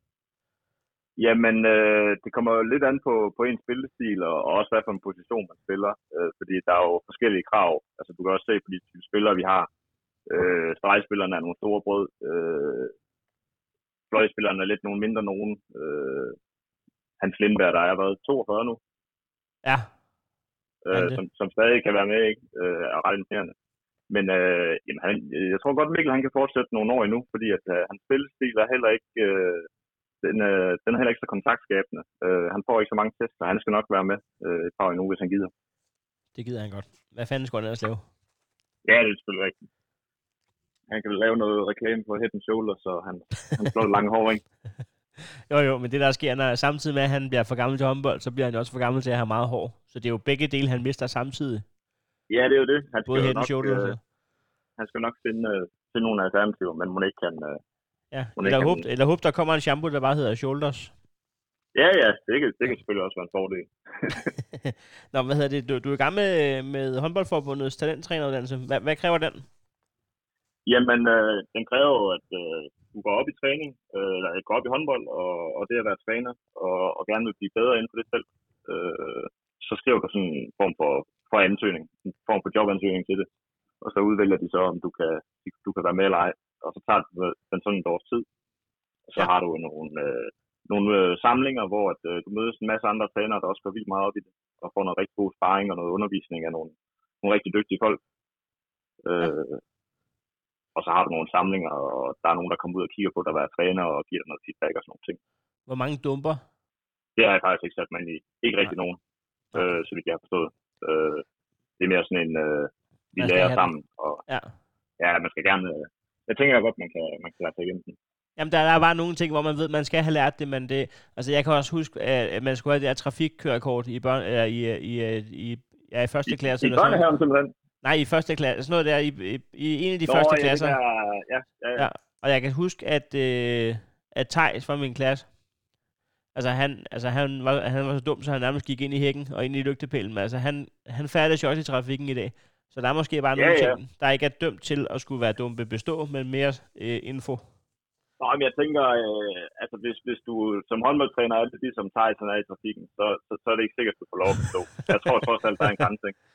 Jamen, øh, det kommer jo lidt an på, på ens spillestil, og, og også hvad for en position man spiller. Øh, fordi der er jo forskellige krav. Altså, du kan også se på de type spillere, vi har. Øh, stregspillerne er nogle store brød. Øh, fløjspillerne er lidt nogle mindre nogen. Øh, Hans Lindberg, der er været toogfyrre nu, Ja, øh, det. som, som stadig kan være med, ikke? Øh, er ret imponerende. Men øh, jamen, han, jeg tror godt, Mikkel han kan fortsætte nogle år endnu, fordi at, øh, hans spillestil er heller ikke... Øh, Den, øh, den er heller ikke så kontaktskabende. Øh, han får ikke så mange tests, så han skal nok være med øh, et par år endnu, hvis han gider. det gider han godt. Hvad fanden skulle han ellers lave? Ja, det er selvfølgelig rigtigt. Han kan vel lave noget reklame på Head and Shoulders, så han, han slår det lange hår, ikke? Jo jo, men det der sker, når samtidig med, at han bliver for gammel til håndbold, så bliver han jo også for gammel til at have meget hår. Så det er jo begge dele, han mister samtidig. Ja, det er jo det. Han skal, Både jo head and nok, shoulders. øh, og- han skal nok finde, øh, finde nogle alternativer, men må ikke kan... Øh, Ja, Mon eller ikke håb, han- eller håb, der kommer en shampoo, der bare hedder Shoulders. ja, ja, det kan, det kan selvfølgelig også være en fordel. Nå, hvad hedder det? Du, du er i gang med, med håndboldforbundets talenttræneruddannelse. Hvad, hvad kræver den? Jamen, øh, den kræver jo, at øh, du går op i træning, øh, eller går op i håndbold, og, og det at være træner, og, og gerne vil blive bedre inden for det felt. Øh, så skriver du sådan en form for, for ansøgning, en form for jobansøgning til det. Og så udvælger de så, om du kan, du kan være med eller ej. Og så tager den sådan et års tid. Og så Ja. ja. har du nogle, øh, nogle øh, samlinger, hvor at, øh, du mødes en masse andre trænere, der også går vildt meget op i det. Og får noget rigtig god sparring og noget undervisning af nogle, nogle rigtig dygtige folk. Øh, og så har du nogle samlinger, og der er nogen, der kommer ud og kigger på dig, der er træner, og giver dig noget feedback og sådan nogle ting. Hvor mange dumper? Det har jeg faktisk ikke sat mig ind i. Ikke rigtig nogen, øh, så vidt jeg har forstået. Øh, det er mere sådan en, øh, vi Man skal lærer have den. sammen, og Ja. ja, man skal gerne... Øh, jeg tænker godt, man kan, man kan lære sig igennem den. Jamen, der, der er bare nogle ting, hvor man ved, man skal have lært det, men det... Altså, jeg kan også huske, at man skulle have det her trafikkørekort i, børn, eller i, i, i, ja, i første klasse. I, i eller sådan. børnehaven simpelthen? Nej, i første klasse. Sådan noget der, i, i, i en af de Nå, første ja, klasser. Det der, ja, ja, ja. Ja, og jeg kan huske, at, øh, at Thijs fra min klasse, altså han, altså han var, han var så dum, så han nærmest gik ind i hækken og ind i lygtepælen. Men altså han, han færdes jo også i trafikken i dag. Så der er måske bare Ja, nogle ja. ting, der ikke er dømt til at skulle være dumpe bestå, men mere øh, info. Nå, men jeg tænker, øh, altså hvis, hvis du som håndboldtræner er det ligesom Tyson er i trafikken, så, så, så er det ikke sikkert, at du får lov at bestå. Jeg tror trods alt, der er en grænse, ikke?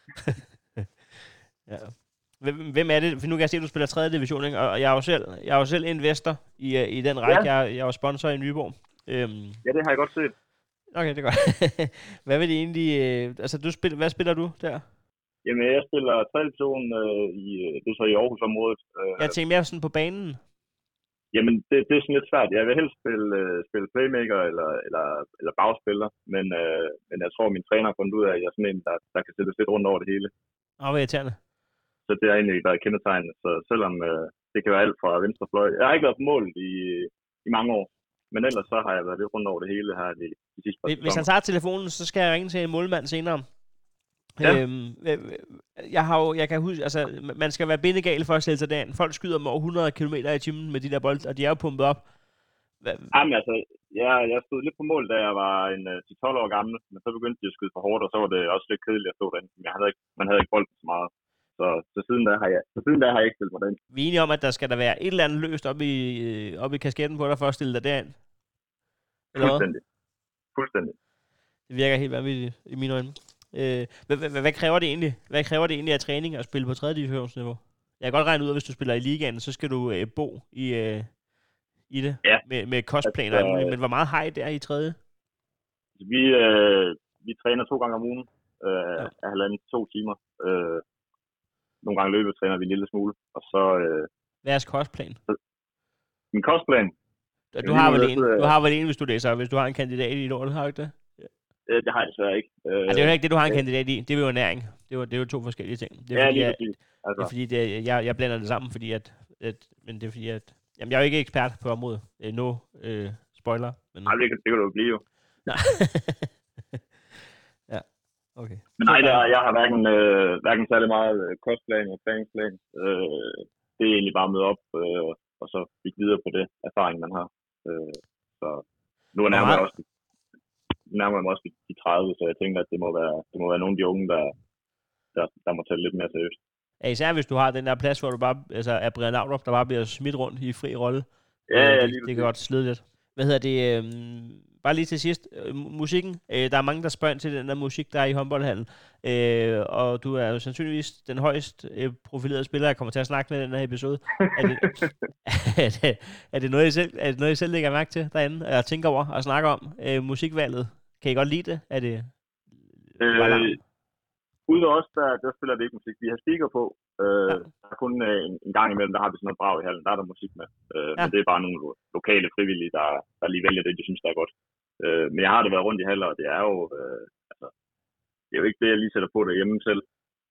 Ja. Hvem, hvem er det? For nu kan jeg se, at du spiller tredje division, ikke? Og jeg er jo selv, jeg er jo selv investor i, øh, i den række. Ja. Jeg, jeg er jo sponsor i Nyborg. Øhm, Ja, det har jeg godt set. okay, det er godt. Hvad vil det egentlig... Øh, altså, du spil, hvad spiller du der? Jamen, jeg spiller tredje division øh, i, det er så i Aarhus-området. Øh, Jeg tænker mere sådan på banen. Jamen, det, det er sådan lidt svært. Jeg vil helst spille, øh, spille playmaker eller, eller, eller bagspiller, men, øh, men jeg tror, min træner har fundet ud af, at jeg er sådan en, der, der kan sættes lidt rundt over det hele. Åh, hvor irriterende. Så det har egentlig været kendetegnet. Så selvom øh, det kan være alt fra venstre fløj. Jeg har ikke været på mål i, i mange år, men ellers så har jeg været lidt rundt over det hele her de, de sidste par Hvis sæsoner. han tager telefonen, så skal jeg ringe til en målmand senere. Ja. Øhm, jeg har jo, jeg kan huske, altså, man skal være bindegal for at stille sig derind. Folk skyder med over hundrede kilometer i timen med de der bold, og de er jo pumpet op. Hva? Jamen altså, jeg, jeg stod lidt på mål, da jeg var en uh, ti tolv år gammel, men så begyndte de at skyde for hårdt, og så var det også lidt kedeligt at stå derinde. Jeg havde ikke, man havde ikke bolden så meget. Så, så siden da har jeg, så siden da har jeg ikke stillet mig derind. Vi er enige om, at der skal der være et eller andet løst op i, op i kasketten på dig for at stille dig derind. Eller Fuldstændig. hvad? Fuldstændig. Det virker helt vanvittigt i mine øjne. Øh, hvad, hvad, hvad, kræver det egentlig? Hvad kræver det egentlig af træning at spille på tredje divisionsniveau? Jeg kan godt regne ud, at hvis du spiller i ligaen, så skal du øh, bo i, øh, i det ja. med, med kostplaner. Altså, men hvor meget har I der i tredje? Vi, øh, vi træner to gange om ugen øh, ja. af halvanden to timer. Øh, nogle gange løbet træner vi en lille smule. Og så, øh, hvad er jeres kostplan? Så, min kostplan? Du har, vel en, du har vel en, hvis du læser, hvis du har en kandidat i et år, har du ikke det? Øh, det har jeg desværre ikke. Øh, altså, det er jo ikke det, du har en kandidat i. Det er jo ernæring. Det er jo, det er jo to forskellige ting. Det er ja, fordi, lige jeg, præcis. Altså. Det er fordi, det, jeg, jeg blander det sammen, fordi at, at men det er fordi, at jamen, jeg er jo ikke ekspert på området. Øh, no øh, spoiler. Men... Nej, det, det kan du jo blive jo. Nej. Ja, okay. Men nej, der, jeg har hverken, øh, hverken særlig meget øh, kostplan og træningsplan. Øh, det er egentlig bare at møde op, øh, og så bygge videre på det erfaring, man har. Øh, så nu er nærmere også nærmere mig også de tredive, så jeg tænker, at det må være, det må være nogle af de unge, der, der, der må tage lidt mere seriøst. Ja, især hvis du har den der plads, hvor du bare altså, er Brian Laudrup, der bare bliver smidt rundt i fri rolle. Ja, ja, det, det kan godt slide lidt. Hvad hedder det? Øhm, bare lige til sidst. Øh, musikken. Øh, der er mange, der spørger ind til den der musik, der er i håndboldhallen. Øh, og du er jo sandsynligvis den højst øh, profilerede spiller, jeg kommer til at snakke med i den her episode. Er det, er det, er det, noget, I selv, er det noget, I selv lægger mærke til derinde? Og tænker over og snakker om øh, musikvalget? Kan I godt lide det? Er det øh, Udover os, der, der spiller det ikke musik. Vi har speaker på. Øh, ja. Der er kun øh, en, en gang imellem, der har vi sådan noget brav i hallen. Der er der musik med. Øh, ja. Men det er bare nogle lokale frivillige, der, der lige vælger det, de synes, der er godt. Øh, men jeg har det været rundt i haller, og det er jo... Øh, altså, det er jo ikke det, jeg lige sætter på derhjemme selv.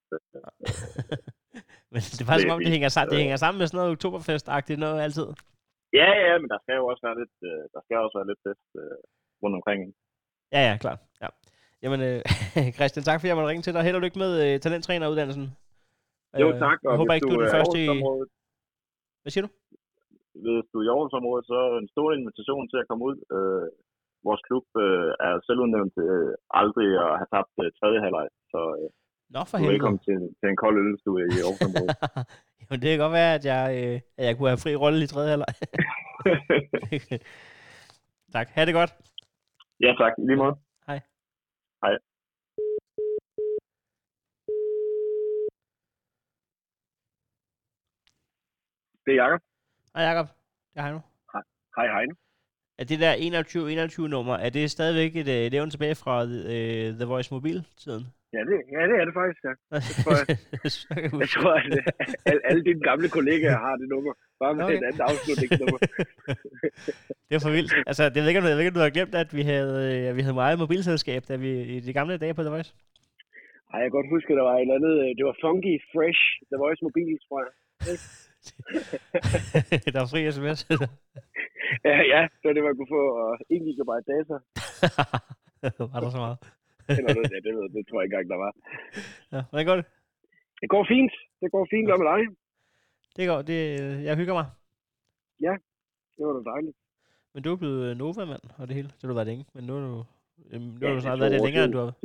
Men det er faktisk som om, det hænger, sammen, det hænger sammen med sådan noget oktoberfest-agtigt noget altid. Ja, ja, men der skal jo også være lidt, øh, der skal også være lidt fest øh, rundt omkring. Ja, ja, klart. Ja. Jamen, øh, Christian, tak fordi jeg måtte ringe til dig. Held og lykke med øh, talenttræneruddannelsen. Jo, tak. Jeg håber ikke, du er den første i... Hvad siger du? Hvis du er i Aarhusområdet, så er en stor invitation til at komme ud. Øh, vores klub øh, er selvudnævnt øh, aldrig at have tabt øh, tredje halvleg. Så øh, Nå, for du er velkommen til, til en kold ølstue i Aarhusområdet. Jamen, det kan godt være, at jeg, øh, at jeg kunne have fri rolle i tredje halvleg. Tak. Ha' det godt. Ja, tak. I lige måde. Hej. Hej. Det er Jakob. Hej Jakob. Det er Heino. Hej. Hej Heino. Er det der enogtyve enogtyve nummer, er det stadigvæk et, et event tilbage fra uh, The Voice Mobil-tiden? Ja det, ja, det er det faktisk, ja. Det tror jeg. Jeg tror, at alle, alle dine gamle kollegaer har det nummer. Bare med okay. Et andet afslutningsnummer. Det er for vildt. Altså, det ved ikke, jeg ved ikke, om du har glemt, at vi havde, at vi havde meget mobilselskab, da vi i de gamle dage på The Voice. Ej, jeg kan godt huske, at der var et eller andet, det var Funky Fresh, The Voice Mobil, tror jeg. Der var fri sms. Ja, ja, det var det, man kunne få, og en gigabyte data. Var der så meget? Eller noget, ja, det, ved, det tror jeg ikke engang, der var. Ja, hvordan går det? Det går fint. Det går fint. Hvad med dig? Det går, det, jeg hygger mig. Ja, det var da dejligt. Men du er blevet Nova-mand og det hele. Det har du været længe, men nu er du, nu har ja, du snart været det længere, end du har.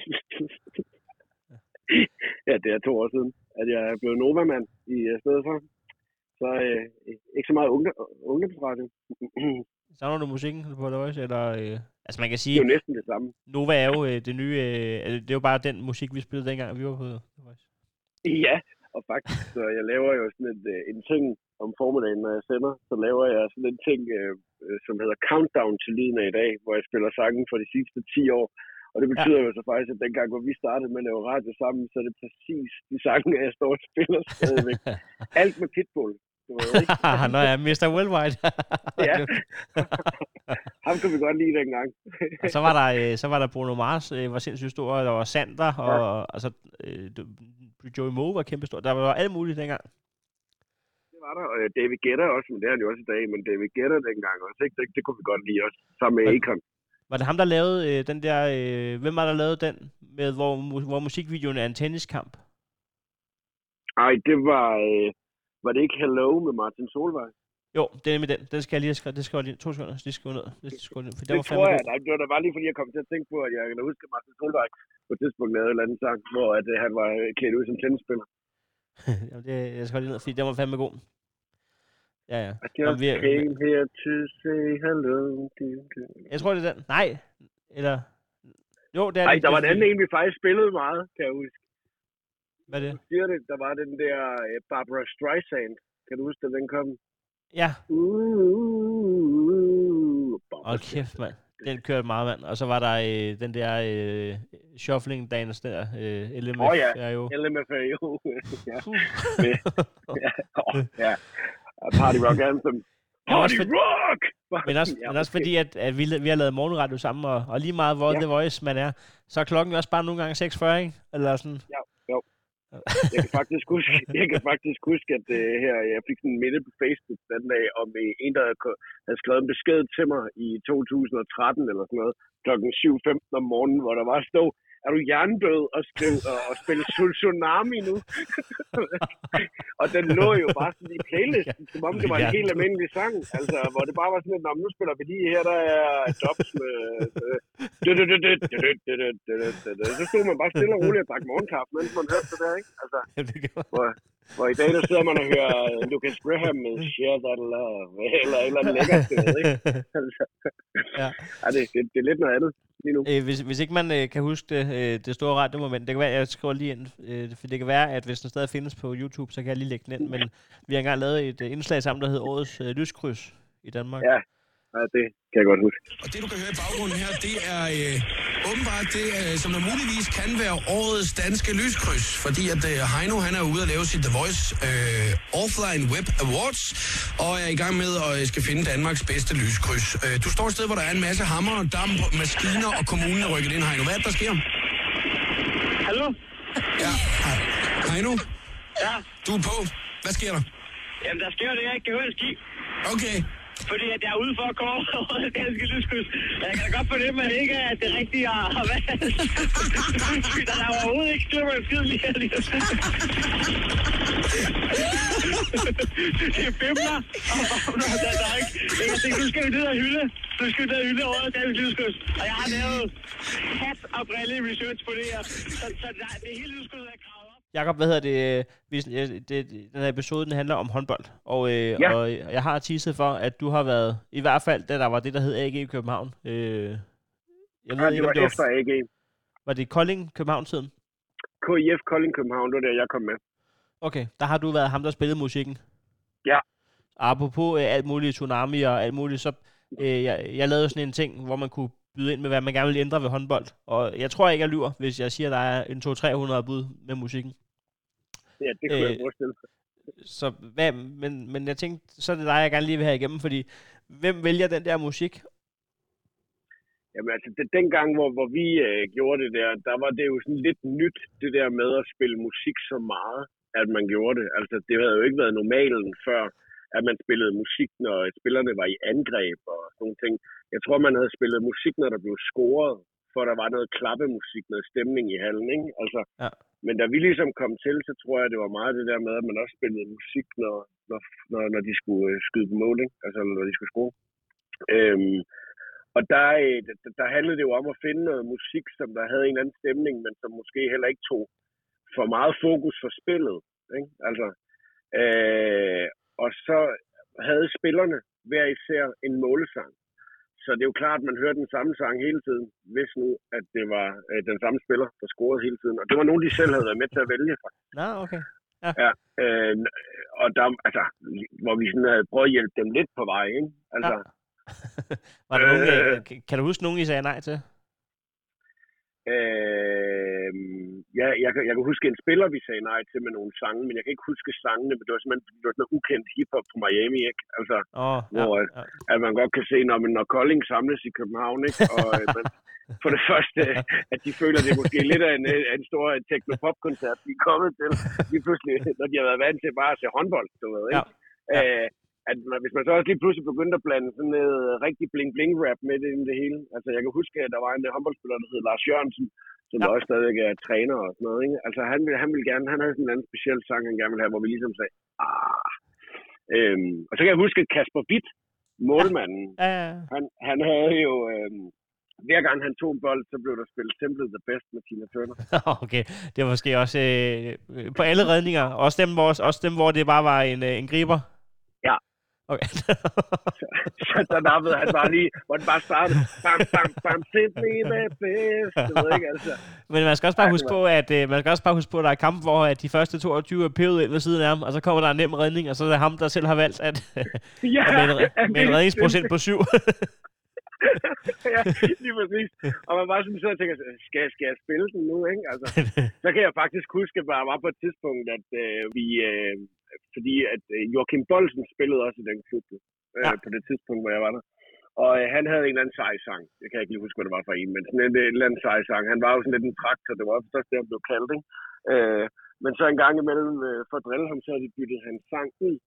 Ja, det er to år siden, at jeg er blevet Nova-mand i stedet for. Så øh, ikke så meget unge, ungdomsradio. Savner du musikken på The Voice, eller... Øh, altså man kan sige... Det er jo næsten det samme. Nova er jo øh, det nye... Øh, det er jo bare den musik, vi spillede dengang, vi var på The Voice. Ja, og faktisk, så jeg laver jo sådan et, en ting om formiddagen, når jeg sender, så laver jeg sådan en ting, øh, som hedder Countdown til lyden af i dag, hvor jeg spiller sangen for de sidste ti år. Og det betyder ja. jo så faktisk, at dengang, hvor vi startede med at lave radio sammen, så er det præcis de sange, jeg står og spiller stadigvæk. Alt med Pitbull. du ved ikke? Nå ja, mister Worldwide. Ja. Ham kunne vi godt lide dengang. Og så var der, øh, så var der Bruno Mars, øh, var sindssygt stor, og der var Sander, og ja. altså, øh, Joey Moe var kæmpestor. Der var alt muligt dengang. Det var der, og David Guetta også, men det er han jo også i dag, men David Guetta dengang også, ikke? Det, det kunne vi godt lide også, sammen med Akon. Var det ham, der lavede øh, den der, øh, hvem var der lavede den, med hvor, hvor musikvideoen er en tenniskamp? Ej, det var, øh, var det ikke Hello med Martin Solveig? Jo, det er med den. Den skal jeg lige have skrevet. Det skal jeg lige to sekunder. Det skal jeg ned. Det, skal jeg ned, for det, det var tror jeg. Nej, det var da bare lige fordi, jeg kom til at tænke på, at jeg kan huske, at Martin Solveig på et tidspunkt lavede en eller anden sang, hvor at, øh, han var klædt ud som tennisspiller. Jamen, det, jeg skal lige ned, fordi den var fandme god. Ja, ja. I just vi, came vi, here to say hello. Jeg tror, det er den. Nej. Eller... Jo, det er Nej, det. der var en anden en, vi faktisk spillede meget, kan jeg huske. Hvad er det? Du siger det, der var den der uh, Barbara Streisand. Kan du huske, at den kom? Ja. Uh, Åh, oh, kæft, mand. Den kørte meget, mand. Og så var der øh, den der øh, shuffling dance der. Øh, L M F. Åh oh, ja, jo. L M F jo. ja. ja. Oh, ja. Party Rock Anthem. Party for... Rock! Men også, ja, okay. men også fordi, at, at vi, vi har lavet morgenradio sammen, og, og lige meget hvor ja. The Voice man er, så er klokken også bare nogle gange seks fyrre, ikke? Eller sådan. Ja, jo. Jeg kan faktisk huske, jeg kan faktisk huske at uh, her, jeg fik sådan en minde på Facebook den dag, om uh, en, der havde skrevet en besked til mig i to tusind og tretten eller sådan noget, klokken syv femten om morgenen, hvor der var stod, er du hjernedød og, skriv, og, og spille Tsunami nu? Og den lå jo bare sådan i playlisten, som om det var en helt almindelig sang. Altså, hvor det bare var sådan, at nu spiller vi lige her, der er jobs med... Så stod man bare stille og roligt og drak morgenkaffe, mens man hørte det der, ikke? Altså, hvor, hvor i dag, der sidder man og hører Lucas Graham med Share That Love, eller eller andet lækkert sted, ikke? Altså, ja. Ja, det, det, det er lidt noget andet. Øh, hvis, hvis ikke man øh, kan huske det, øh, det store radiomoment, det kan være, jeg skriver lige ind, øh, for det kan være, at hvis den stadig findes på YouTube, så kan jeg lige lægge den ind, men vi har engang lavet et øh, indslag sammen, der hedder Årets øh, Lyskryds i Danmark. Ja, ja, det kan jeg godt huske. Og det, du kan høre i baggrunden her, det er øh, åbenbart det, øh, som der muligvis kan være Årets Danske Lyskryds, fordi at øh, Heino, han er ude at lave sit The Voice øh, Offline Web Awards, og er i gang med at øh, skal finde Danmarks bedste lyskryds. Øh, du står et sted, hvor der er en masse hammer, damp, maskiner, og kommunen er rykket ind, Heino. Hvad er det, der sker? Hallo? Ja, Heino? Ja? Du er på. Hvad sker der? Jamen, der sker det, jeg ikke kan høre en ski. Okay. Fordi at jeg er ude for at gå over det danske lyskryds. Jeg kan da godt fornemme, at det ikke er det rigtige at have valgt. Der er overhovedet ikke styr på en skid lige her lige. Det er bimler. Der, der er ikke... Jeg kan tænke, nu skal vi ned og hylde. Nu skal vi ned og hylde over det danske lyskryds. Og jeg har lavet hat og brille research på det her. Så, så der, det hele lyskryds er gravet op. Jakob, hvad hedder det? Vi, det? Den her episode, den handler om håndbold. Og, øh, ja. og jeg har teaset for, at du har været, i hvert fald, da der var det, der hed A G i København. Øh, jeg ved ja, ikke, det var, om det var efter A G. Var det Kolding København-tiden? K I F Kolding København, det var der, jeg kom med. Okay, der har du været ham, der spillede musikken. Ja. Apropos øh, alt muligt tsunami og alt muligt, så øh, jeg, jeg lavede sådan en ting, hvor man kunne byde ind med, hvad man gerne vil ændre ved håndbold. Og jeg tror ikke, jeg lyver, hvis jeg siger, at der er en to til tre hundrede bud med musikken. Ja, det kunne øh, jeg forestille. Så hvad, men, men jeg tænkte, så er det dig, jeg gerne lige vil have igennem, fordi hvem vælger den der musik? Jamen altså, det, dengang, hvor, hvor vi øh, gjorde det der, der var det jo sådan lidt nyt, det der med at spille musik så meget, at man gjorde det. Altså, det havde jo ikke været normalen før, at man spillede musik, når spillerne var i angreb og sådan nogle ting. Jeg tror, man havde spillet musik, når der blev scoret, for der var noget klappemusik, noget stemning i hallen, ikke? Altså, ja. Men da vi ligesom kom til, så tror jeg, det var meget det der med, at man også spillede musik, når, når, når, når de skulle skyde på mål, ikke? Altså, når de skulle score. Øhm, og der, der, der handlede det jo om at finde noget musik, som der havde en eller anden stemning, men som måske heller ikke tog for meget fokus for spillet, ikke? Altså, øh, og så havde spillerne hver især en målesang. Så det er jo klart, at man hørte den samme sang hele tiden, hvis nu, at det var øh, den samme spiller, der scorede hele tiden. Og det var nogen, de selv havde været med til at vælge fra. Nå, okay. Ja. Ja, øh, og der, altså, hvor vi sådan havde prøvet at hjælpe dem lidt på vej, ikke? Altså, ja. Var der øh, nogen, kan du huske nogen, I sagde nej til? Øh, ja, jeg, jeg kan huske en spiller, vi sagde nej til med nogle sange, men jeg kan ikke huske sangene, men det var simpelthen det var sådan noget ukendt hiphop fra Miami, ikke? Altså, oh, hvor ja, ja. At man godt kan se, når, man, når Kolding samles i København, ikke? Og man, for det første, at de føler, det er måske lidt af en, en stor techno-pop-koncert, de er kommet til, lige pludselig, når de har været vant til bare at se håndbold, du ved, ikke? Ja. Ja. Øh, at man, hvis man så også lige pludselig begyndte at blande sådan noget rigtig bling-bling-rap med det, det hele. Altså, jeg kan huske, at der var en håndboldspiller, der hed Lars Jørgensen, som ja. også stadigvæk er træner og sådan noget, ikke? Altså, han ville, han ville gerne, han havde sådan en anden speciel sang, han gerne ville have, hvor vi ligesom sagde, ah. Øhm, og så kan jeg huske, at Kasper Witt, målmanden, ja. Ja, ja. Han, han havde jo, øhm, hver gang han tog en bold, så blev der spillet Simply the Best med Tina Turner. Okay, det var måske også øh, på alle redninger, også dem, hvor, også dem, hvor det bare var en, øh, en griber. Ja. Okay. så, så der nappede han bare lige, hvor den bare startede, bam, bam, bam, Simply the Best, du ved ikke, altså. Men man skal også bare huske på, at øh, man skal også bare huske på, at der er kampe, hvor at de første toogtyve er pevet ind ved siden af ham, og så kommer der en nem redning, og så er det ham, der selv har valgt, at ja, med, en, med en redningsprocent på syv. Ja, lige præcis. Og man bare sådan så tænker, skal, skal jeg spille den nu, ikke? Altså, så kan jeg faktisk huske, at der var på et tidspunkt, at øh, vi, øh, fordi at øh, Joachim Bolsen spillede også i den klub, øh, ja. På det tidspunkt, hvor jeg var der. Og øh, han havde en eller anden sej sang. Jeg kan ikke lige huske, hvad det var for en, men sådan en, en eller anden sej sang. Han var jo sådan lidt en traktor, det var også det, han blev kaldt, ikke? Øh, men så en gang imellem, øh, for at drille ham, så havde de byttet hans sang ud.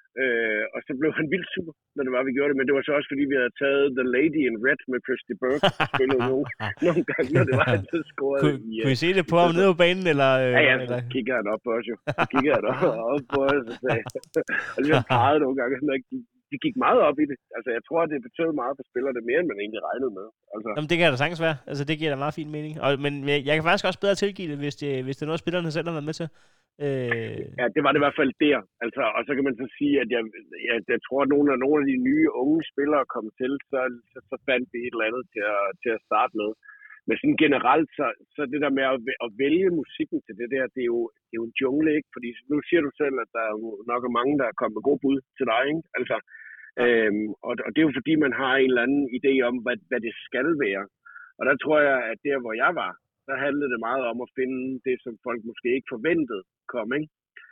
Øh, og så blev han vildt super, når det var, vi gjorde det. Men det var så også, fordi vi havde taget The Lady in Red med Christy Burke og spillet nogle, nogle gange, når det var, han så scoret. Kun, i... Kunne I se det på ham nede på banen, eller? Øh, ja, ja, så eller? kiggede han op på os jo. Så kiggede han op, op på os og sagde, og ligesom pegede nogle gange, sådan, at de, de gik meget op i det. Altså, jeg tror, at det betød meget for spillerne, mere end man egentlig regnede med. Altså. Jamen, det kan da sagtens være. Altså, det giver da meget fin mening. Og, men jeg kan faktisk også bedre tilgive det, hvis det, hvis det er noget, spillerne selv har været med til. Øh... Ja, det var det i hvert fald der. Altså, og så kan man så sige, at jeg, jeg, jeg tror, at nogle af, nogle af de nye unge spillere kom til, så, så, så fandt vi et eller andet til at, til at starte med. Men sådan generelt, så, så det der med at, at vælge musikken til det der, det er, jo, det er jo en jungle, ikke? Fordi nu siger du selv, at der er nok er mange, der er kommet med gode bud til dig, ikke? Altså, ja. øhm, og, og det er jo fordi, man har en eller anden idé om, hvad, hvad det skal være. Og der tror jeg, at der, hvor jeg var, der handlede det meget om at finde det, som folk måske ikke forventede kom, ikke?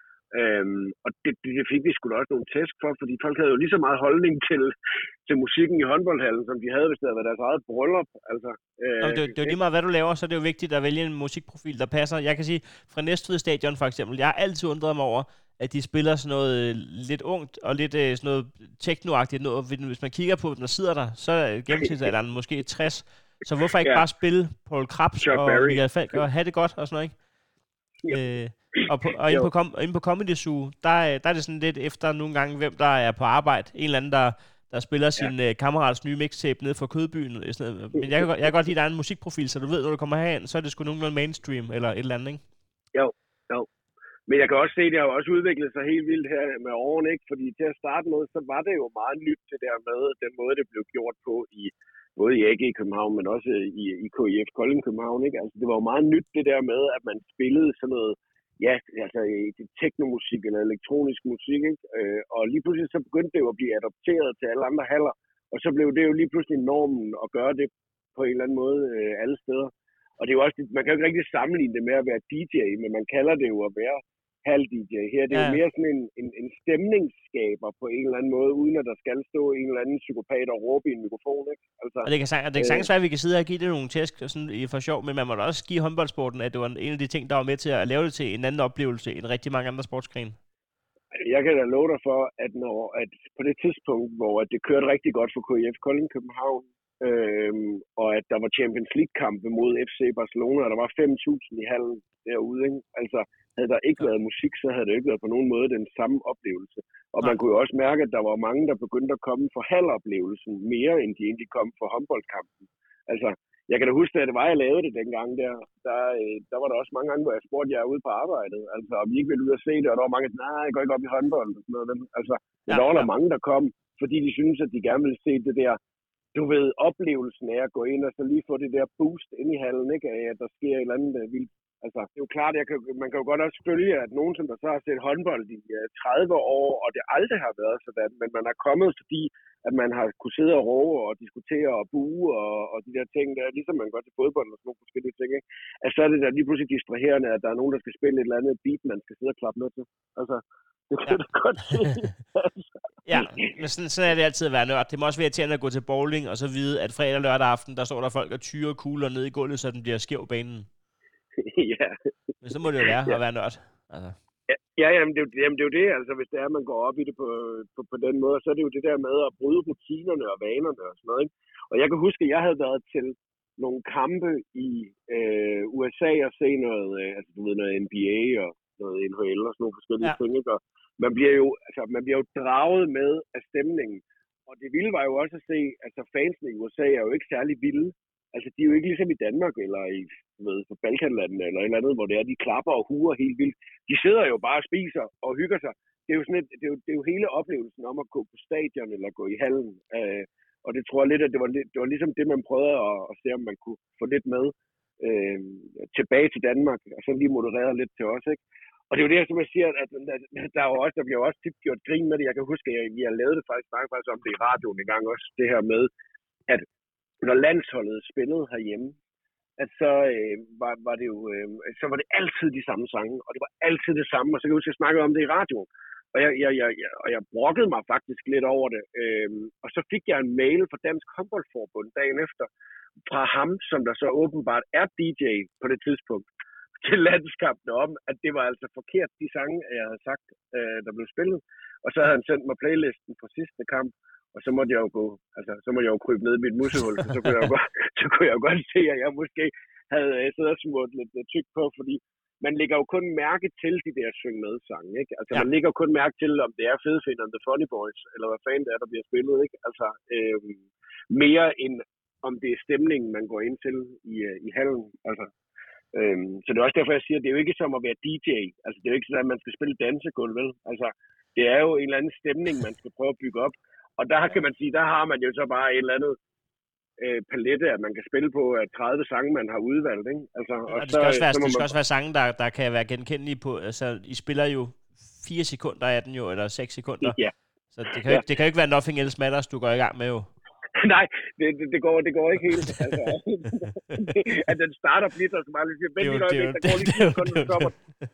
Øhm, og det, det fik vi sgu da også nogle tæsk for, fordi folk havde jo lige så meget holdning til, til musikken i håndboldhallen, som de havde, hvis det havde været deres eget bryllup. Altså, øh, Jamen, det, det er jo lige meget, hvad du laver, så er det jo vigtigt at vælge en musikprofil, der passer. Jeg kan sige, fra Næstved Stadion for eksempel, jeg har altid undret mig over, at de spiller sådan noget lidt ungt og lidt sådan noget techno-agtigt. Noget. Hvis man kigger på, der sidder der, så er gennemsnitsalderen måske tres. Så hvorfor ikke ja. bare spille Paul Krebs og Michael Falk og have det godt og sådan noget, ikke? Ja. Øh, og på, og inde, på, kom, inde på Comedy Zoo, der, der er det sådan lidt efter nogle gange, hvem der er på arbejde. En eller anden, der, der spiller sin ja. uh, kammerats nye mixtape nede fra Kødbyen. Sådan noget. Men jeg kan, jeg kan godt lide, at der er en musikprofil, så du ved, når du kommer herind, så er det sgu nogenlunde mainstream eller et eller andet, ikke? Jo, jo. Men jeg kan også se, at det har også udviklet sig helt vildt her med årene, ikke? Fordi til at starte med, så var det jo meget nyt det der med, den måde, det blev gjort på i både i A G i København, men også i, i K I F Kolding København, ikke? Altså, det var jo meget nyt det der med, at man spillede sådan noget, ja, altså teknomusik eller elektronisk musik, ikke? Øh, og lige pludselig så begyndte det jo at blive adopteret til alle andre haller, og så blev det jo lige pludselig normen at gøre det på en eller anden måde øh, alle steder. Og det er jo også, man kan jo ikke rigtig sammenligne det med at være D J, men man kalder det jo at være halv-D J. Her det er ja. jo mere sådan en, en, en stemningsskaber på en eller anden måde, uden at der skal stå en eller anden psykopat og råbe i en mikrofon, ikke? Altså, og det kan, og det kan sagtens være, at vi kan sidde og give det nogle tæsk sådan, for sjov, men man må da også give håndboldsporten, at det var en af de ting, der var med til at lave det til en anden oplevelse end rigtig mange andre sportsgrene. Jeg kan da love dig for, at, når, at på det tidspunkt, hvor at det kørte rigtig godt for K I F Kolding København, øhm, og at der var Champions League-kampe mod F C Barcelona, og der var fem tusind i hallen derude, ikke? Altså, havde der ikke været musik, så havde det ikke været på nogen måde den samme oplevelse. Og man kunne jo også mærke, at der var mange, der begyndte at komme for halvoplevelsen, mere end de egentlig kom for håndboldkampen. Altså, jeg kan da huske, at det var, jeg lavede det dengang der, der, der var der også mange gange, hvor jeg spurgte jer ude på arbejdet, altså, om I ikke ville ud og se det, og der var mange, der sagde, nej, jeg går ikke op i håndbold, og sådan noget. Altså, ja, der var der ja. mange, der kom, fordi de synes, at de gerne ville se det der, du ved, oplevelsen af at gå ind og så lige få det der boost ind i hallen, ikke? Af, at der sker et eller andet vildt Altså, det er jo klart, jeg kan, man kan jo godt også følge, at nogen, som der så har set håndbold i uh, tredive år, og det aldrig har været sådan, men man er kommet, fordi at man har kunne sidde og råbe og diskutere og buge og, og de der ting, der, ligesom man gør til fodbold og sådan nogle forskellige ting, ikke? Altså, så er det der lige pludselig distraherende, at der er nogen, der skal spille et eller andet beat, man skal sidde og klappe med til. Altså, det kan ja. du godt se. Altså. Ja, men sådan, sådan er det altid at være nørd. Det må også være irriterende at gå til bowling, og så vide, at fredag og lørdag aften, der står der folk og tyrer kugler ned i gulvet, så den bliver skæv banen. Ja. Men så må det jo være ja. at være nørd. Altså. Ja, ja jamen, det er jo, jamen det er jo det, altså hvis det er, at man går op i det på, på, på den måde, så er det jo det der med at bryde rutinerne og vanerne og sådan noget, ikke? Og jeg kan huske, at jeg havde været til nogle kampe i øh, U S A og se noget, øh, altså du ved, noget N B A og noget N H L og sådan nogle forskellige ja. ting, ikke? Og man bliver jo, altså man bliver jo draget med af stemningen. Og det vilde var jo også at se, altså fansene i U S A er jo ikke særlig vilde. Altså de er jo ikke ligesom i Danmark eller i ved, på Balkanlandene eller et eller andet, hvor det er, de klapper og huer helt vildt. De sidder jo bare og spiser og hygger sig. Det er jo sådan et, det er jo, det er jo hele oplevelsen om at gå på stadion eller gå i hallen. Øh, og det tror jeg lidt, at det var, det var ligesom det, man prøvede at, at se, om man kunne få lidt med øh, tilbage til Danmark, og så lige moderere lidt til os, ikke? Og det er jo det, som jeg siger, at der, er jo også, der bliver jo også tit gjort grin med det. Jeg kan huske, at vi har lavet det faktisk, faktisk om det i radioen en gang også, det her med, at når landsholdet spillede herhjemme, at så øh, var, var det jo, øh, så var det altid de samme sange, og det var altid det samme, og så kan jeg huske, at jeg snakkede om det i radioen. Og jeg, jeg, jeg, jeg, og jeg brokkede mig faktisk lidt over det. Øhm, og så fik jeg en mail fra Dansk Håndboldforbund dagen efter, fra ham, som der så åbenbart er D J på det tidspunkt, til landskampen om, at det var altså forkert, de sange, jeg havde sagt, øh, der blev spillet. Og så havde han sendt mig playlisten på sidste kamp, og så måtte jeg jo gå, altså så måtte jeg jo krybe ned i mit musehul, så, så, kunne jeg jo godt, så kunne jeg jo godt se, at jeg måske havde øh, siddet og smurt lidt øh, tyk på, fordi man lægger jo kun mærke til de der syng med sange, ikke? Altså ja. Man lægger jo kun mærke til, om det er Fedefinderen, The Funny Boys, eller hvad fanden det er, der bliver spillet, ikke? Altså øh, mere end om det er stemningen, man går ind til i, øh, i hallen, altså. Øhm, så det er også derfor, jeg siger, at det er jo ikke som at være D J. Altså, det er jo ikke sådan, at man skal spille dansegulv, vel? Altså, det er jo en eller anden stemning, man skal prøve at bygge op. Og der kan man sige, der har man jo så bare en eller anden øh, palette, at man kan spille på af tredive sange, man har udvalgt, ikke? Altså, og, og det skal, så, også, være, det skal man... også være sange, der, der kan være genkendelige på. Altså, I spiller jo fire sekunder af den jo, eller seks sekunder. Ja. Så det kan, jo ikke, det kan jo ikke være Nothing Else Matters, du går i gang med jo. Nej, det, det, det, går, det går ikke helt. Altså, at den starter blidt, og så bare lige siger, vent lige øjeblik, der går lige fire sekunder, og stopper.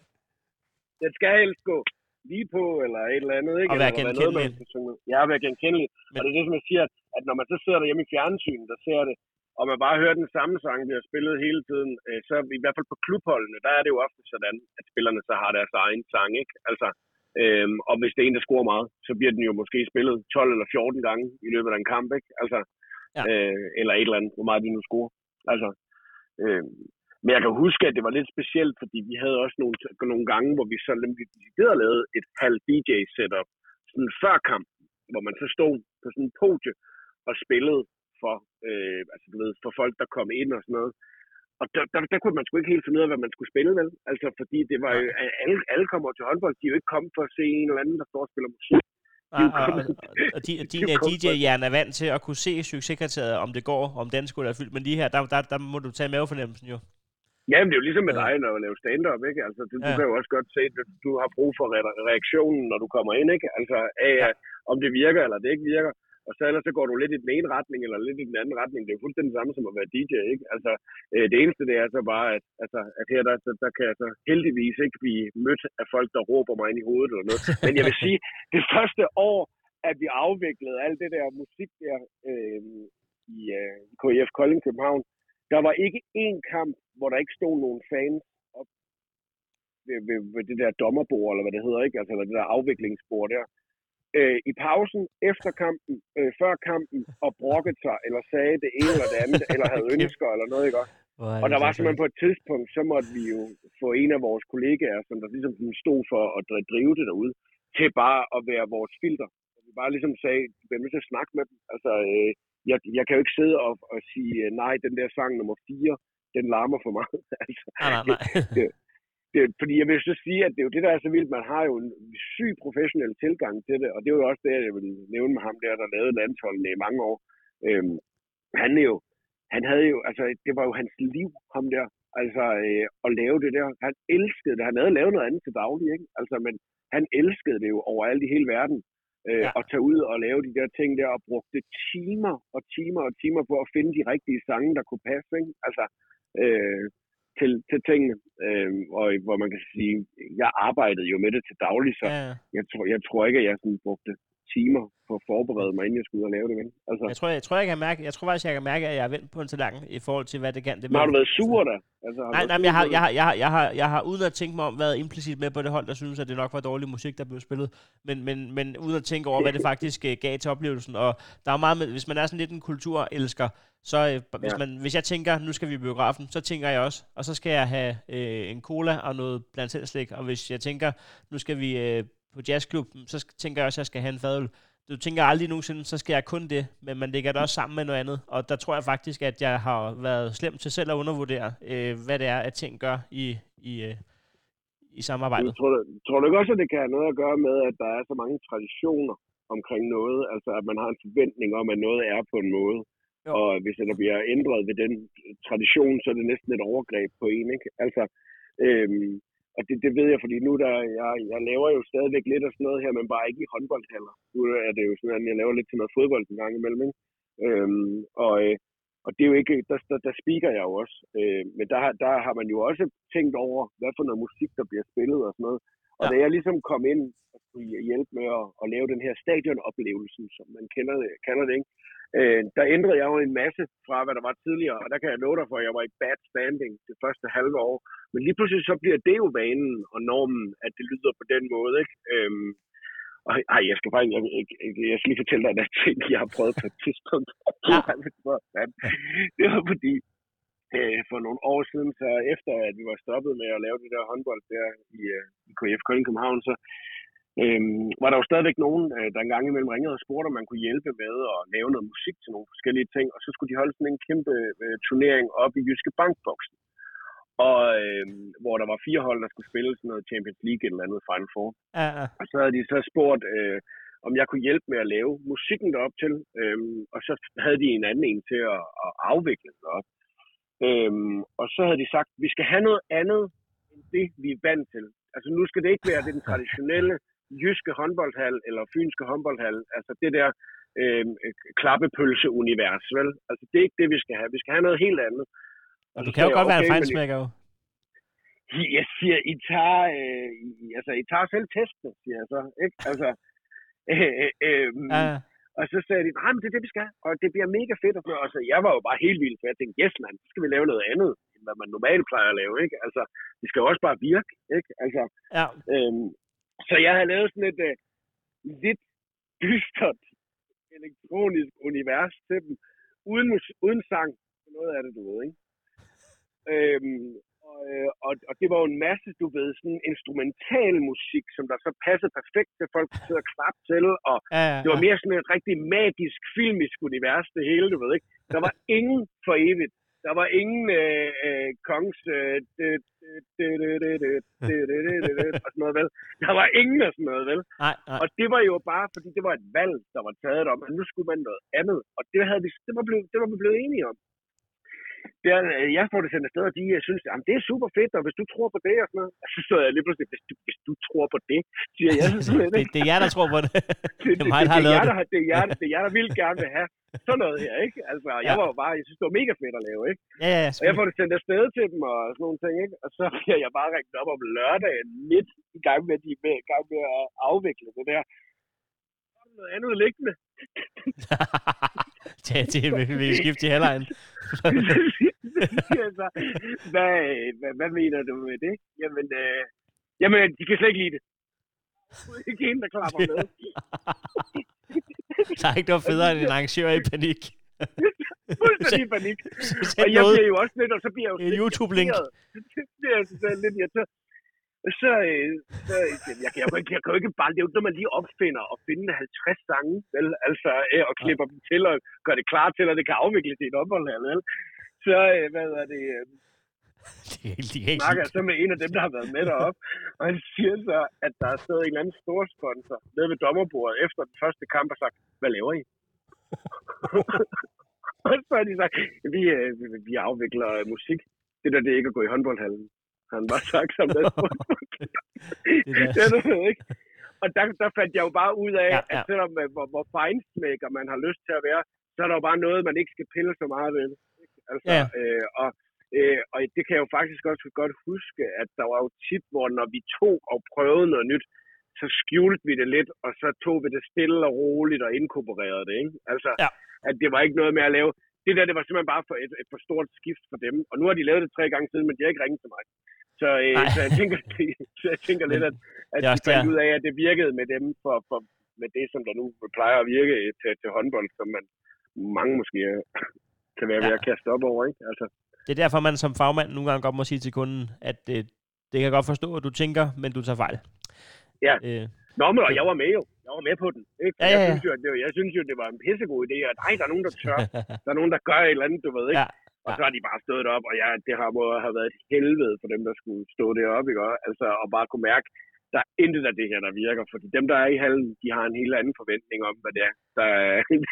Den skal helst gå lige på, eller et eller andet, ikke? Og være genkendelig. Ja, være genkendelig. Men... Og det er det, som jeg siger, at når man så sidder derhjemme i fjernsynet, der ser det, og man bare hører den samme sang, vi har spillet hele tiden, så i hvert fald på klubholdene, der er det jo ofte sådan, at spillerne så har deres egen sang, ikke? Altså, øhm, og hvis det er en, der scorer meget, så bliver den jo måske spillet tolv eller fjorten gange i løbet af en kamp, ikke? Altså, ja. øh, eller et eller andet, hvor meget de nu scorer. Altså, øh, men jeg kan huske, at det var lidt specielt, fordi vi havde også nogle, nogle gange, hvor vi så havde lavet et halv D J-setup, sådan før kampen, hvor man så stod på sådan en podie og spillede for, øh, altså, du ved, for folk, der kom ind og sådan noget. Og der, der, der kunne man sgu ikke helt finde ud af, hvad man skulle spille, vel? Altså, fordi det var jo, alle, alle kommer til håndbold, de er jo ikke kommet for at se en eller anden, der står og spiller musik. Og, og, og, og de, din D J-hjerne er vant til at kunne se succeskriteriet, om det går, om den skulle være fyldt. Men lige her, der, der, der må du tage mavefornemmelsen jo. Ja, men det er jo ligesom med dig, når du laver stand-up, ikke? Altså, du, ja. du kan jo også godt se, at du har brug for reaktionen, når du kommer ind, ikke? Altså, af, ja. om det virker eller det ikke virker. Og så ellers så går du lidt i den ene retning, eller lidt i den anden retning. Det er jo fuldstændig det samme som at være D J, ikke? Altså, øh, det eneste, det er så bare, at, altså, at her, der, der, der kan jeg så heldigvis ikke blive mødt af folk, der råber mig ind i hovedet eller noget. Men jeg vil sige, det første år, at vi afviklede alt det der musik der øh, i øh, K I F Kolding København, der var ikke én kamp, hvor der ikke stod nogen fans op ved, ved, ved det der dommerbord, eller hvad det hedder, ikke? Altså det der afviklingsbord der. Øh, I pausen, efter kampen, øh, før kampen, og brokket sig, eller sagde det ene eller det andet, eller havde ønsker, eller noget, ikke? Og der var simpelthen på et tidspunkt, så måtte vi jo få en af vores kollegaer, som der ligesom stod for at drive det derude, til bare at være vores filter. Vi bare ligesom sagde, vi bliver nødt til at snakke med dem. Altså, øh, jeg, jeg kan jo ikke sidde og, og sige, nej, den der sang nummer fire, den larmer for mig. altså, nej, nej, nej. Det, det, det, fordi jeg vil så sige, at det er jo det, der er så vildt. Man har jo en syg professionel tilgang til det, og det er jo også det, jeg vil nævne med ham der, der lavede landsholdene i mange år. Øhm, han er jo, han havde jo, altså, det var jo hans liv, ham der. Altså, øh, at lave det der. Han elskede det. Han havde lavet noget andet til daglig, ikke? Altså, men han elskede det jo overalt i hele verden. Øh, ja. At tage ud og lave de der ting der, og brugte timer og timer og timer på at finde de rigtige sange, der kunne passe, ikke? Altså, øh, til, til tingene. Øh, og hvor man kan sige, jeg arbejdede jo med det til daglig, så ja. jeg, tror, jeg tror ikke, at jeg sådan brugte timer på at forberede mig, inden jeg skulle ud og lave det igen. Altså. Jeg tror, jeg, tror, jeg kan mærke, jeg tror faktisk, jeg kan mærke, at jeg er vendt på en tallerken i forhold til, hvad det kan. Det men har du været sur da? Altså, nej, nej, men jeg har, jeg, har, jeg, har, jeg, har, jeg har uden at tænke mig om, været implicit med på det hold, der synes, at det nok var dårlig musik, der blev spillet. Men, men, men uden at tænke over, hvad det faktisk uh, gav til oplevelsen. Og der er meget med, hvis man er sådan lidt en kulturelsker, så uh, hvis, ja. man, hvis jeg tænker, nu skal vi i biografen, så tænker jeg også, og så skal jeg have uh, en cola og noget blandt selv slik. Og hvis jeg tænker, nu skal vi uh, på jazzklubben, så tænker jeg også, at jeg skal have en fadøl. Du tænker aldrig nogensinde, så skal jeg kun det, men man lægger det også sammen med noget andet. Og der tror jeg faktisk, at jeg har været slem til selv at undervurdere, øh, hvad det er, at ting gør i, i, øh, i samarbejdet. Tror du, tror du ikke også, at det kan have noget at gøre med, at der er så mange traditioner omkring noget? Altså, at man har en forventning om, at noget er på en måde. Jo. Og hvis der bliver ændret ved den tradition, så er det næsten et overgreb på en, ikke? Altså, øhm, og det, det ved jeg, fordi nu der, jeg, jeg laver jo stadigvæk lidt af sådan noget her, men bare ikke i håndboldhaller. Nu er det jo sådan, at jeg laver lidt til noget fodbold en gang imellem, ikke? Øhm, og, og det er jo ikke, der, der, der speaker jeg jo også. Øh, men der, der har man jo også tænkt over, hvad for noget musik, der bliver spillet og sådan noget. Og ja. Da jeg ligesom kom ind og skulle hjælpe med at, at lave den her stadionoplevelse, som man kender det, kender det ikke? Øh, der ændrede jeg jo en masse fra, hvad der var tidligere, og der kan jeg love dig for, at jeg var i bad standing det første halve år. Men lige pludselig så bliver det jo vanen og normen, at det lyder på den måde, ikke? Øhm, og ej, jeg skal faktisk, jeg, jeg, jeg skal lige fortælle dig, at der er ting, jeg har prøvet på et tidspunkt. Det var fordi, øh, for nogle år siden, så efter at vi var stoppet med at lave det der håndbold der i, uh, i K F Kolding København, så Øhm, var der jo stadigvæk nogen, øh, der en gang imellem ringede og spurgte, om man kunne hjælpe med at lave noget musik til nogle forskellige ting, og så skulle de holde sådan en kæmpe øh, turnering op i Jyske Bankboksen, og øh, hvor der var fire hold, der skulle spille sådan noget Champions League eller andet Final Four. Ja, ja. Og så havde de så spurgt, øh, om jeg kunne hjælpe med at lave musikken derop til, øh, og så havde de en anden en til at, at afvikle det op. Øh, og så havde de sagt, vi skal have noget andet end det, vi er vant til. Altså nu skal det ikke være det den traditionelle jyske håndboldhal eller fynske håndboldhal, altså det der øh, klappepølse-univers, vel? Altså det er ikke det, vi skal have. Vi skal have noget helt andet. Og du kan jo godt okay, være en fejnsmækker, jo. Jeg siger, I tager, øh, I, altså, I tager selv testen, siger jeg så, ikke? Altså, øh, øh, øh, ja. Og så sagde de, nej, men det er det, vi skal, og det bliver mega fedt. Og så altså, jeg var jo bare helt vild, for jeg tænkte, yes, man, så skal vi lave noget andet, end hvad man normalt plejer at lave, ikke? Altså, det skal jo også bare virke, ikke? Altså, ja. øh, Så jeg havde lavet sådan et uh, lidt dystert elektronisk univers til dem, uden, uden sang, noget af det, du ved, ikke? Øhm, og, og, og det var jo en masse, du ved, sådan instrumental musik, som der så passede perfekt til folk, der sidder og klappe til, og ja, ja, ja. Det var mere sådan et rigtig magisk, filmisk univers, det hele, du ved, ikke? Der var ingen for evigt. Der var ingen øh, øh, kongens øh, og sådan noget, vel? Der var ingen af sådan noget, vel? Nej, nej. Og det var jo bare, fordi det var et valg, der var taget om, at nu skulle man noget andet. Og det, havde vi, det, var, blevet, det var vi blevet enige om. Det er, jeg får det sendt afsted, og de jeg synes, at det er super fedt, og hvis du tror på det og sådan noget, så sidder jeg lige pludselig, hvis du, hvis du tror på det, siger jeg. det, det er jer, der tror på det. Det, det, det, det, det, det, er, der, det, er jer, det er jer, der vil gerne vil have sådan noget her, ikke? Altså, jeg ja. var jo bare, jeg synes, det var mega fedt at lave, ikke? Ja, ja, og jeg får det sendt afsted til dem og sådan nogle ting, ikke? Og så bliver jeg bare ringet op om lørdagen midt i gang med, de, med, gang med at afvikle det der. Så er der noget andet liggende. det, det vil vi skifte i halvlejen. så, hvad, hvad, hvad mener du med det? Jamen, øh, jamen, de kan slet ikke lide det. Det er ikke en, der klapper med. Der er ikke noget federe end en arrangør i panik. Fuldstændig i panik. Og jeg bliver jo også lidt, og så bliver jeg jo en YouTube-link. Det bliver jeg så lidt irriteret. Så, så jeg, jeg, jeg, jeg kan jo ikke bare, det er jo ikke noget, man lige opfinder og finde halvtreds sange, vel? Altså, og klipper ja. dem til og gør det klar til, at det kan afvikles i et ophold her, vel? Så, hvad er det... Det er helt, jeg snakker så med en af dem, der har været med deroppe, og han siger så, at der er stadig en eller anden stor sponsor nede ved dommerbordet efter den første kamp og sagt, hvad laver I? Og så har de sagt, vi, vi afvikler musik. det der, det er ikke at gå i håndboldhallen. Han var sagt som det. Det er det, ikke? Og der, der fandt jeg jo bare ud af, ja, ja. at selvom hvor, hvor fejnsmækker man har lyst til at være, så er der jo bare noget, man ikke skal pille så meget ved. Altså, ja. øh, og, øh, og det kan jeg jo faktisk også godt huske, at der var jo tit, hvor når vi tog og prøvede noget nyt, så skjulte vi det lidt, og så tog vi det stille og roligt og inkorporerede det, ikke? Altså, ja. At det var ikke noget med at lave. Det der, det var simpelthen bare for et, et for stort skift for dem. Og nu har de lavet det tre gange siden, men de har ikke ringet til mig. Så, øh, så jeg tænker, så jeg tænker lidt, at, at de fandt ud af, at det virkede med dem, for, for, med det, som der nu plejer at virke til, til håndbold, som man mange måske kan være ved ja. at kaste op over, ikke? Altså. Det er derfor, man som fagmand nogle gange godt må sige til kunden, at det, det kan godt forstå, at du tænker, men du tager fejl. Ja. Øh, Nå, men jeg var med jo. Jeg var med på den. Ikke? Ja, ja, ja. Jeg, synes jo, at det, jeg synes jo, det var en pissegod idé, at ej, der er nogen, der tør. Der er nogen, der gør et eller andet, du ved, ikke? Ja. Og så har de bare stået op, og ja, det har må have været et helvede for dem, der skulle stå deroppe, ikke? Altså, og bare kunne mærke, der er intet af det her, der virker. Fordi dem, der er i hallen, de har en helt anden forventning om, hvad det er. Der er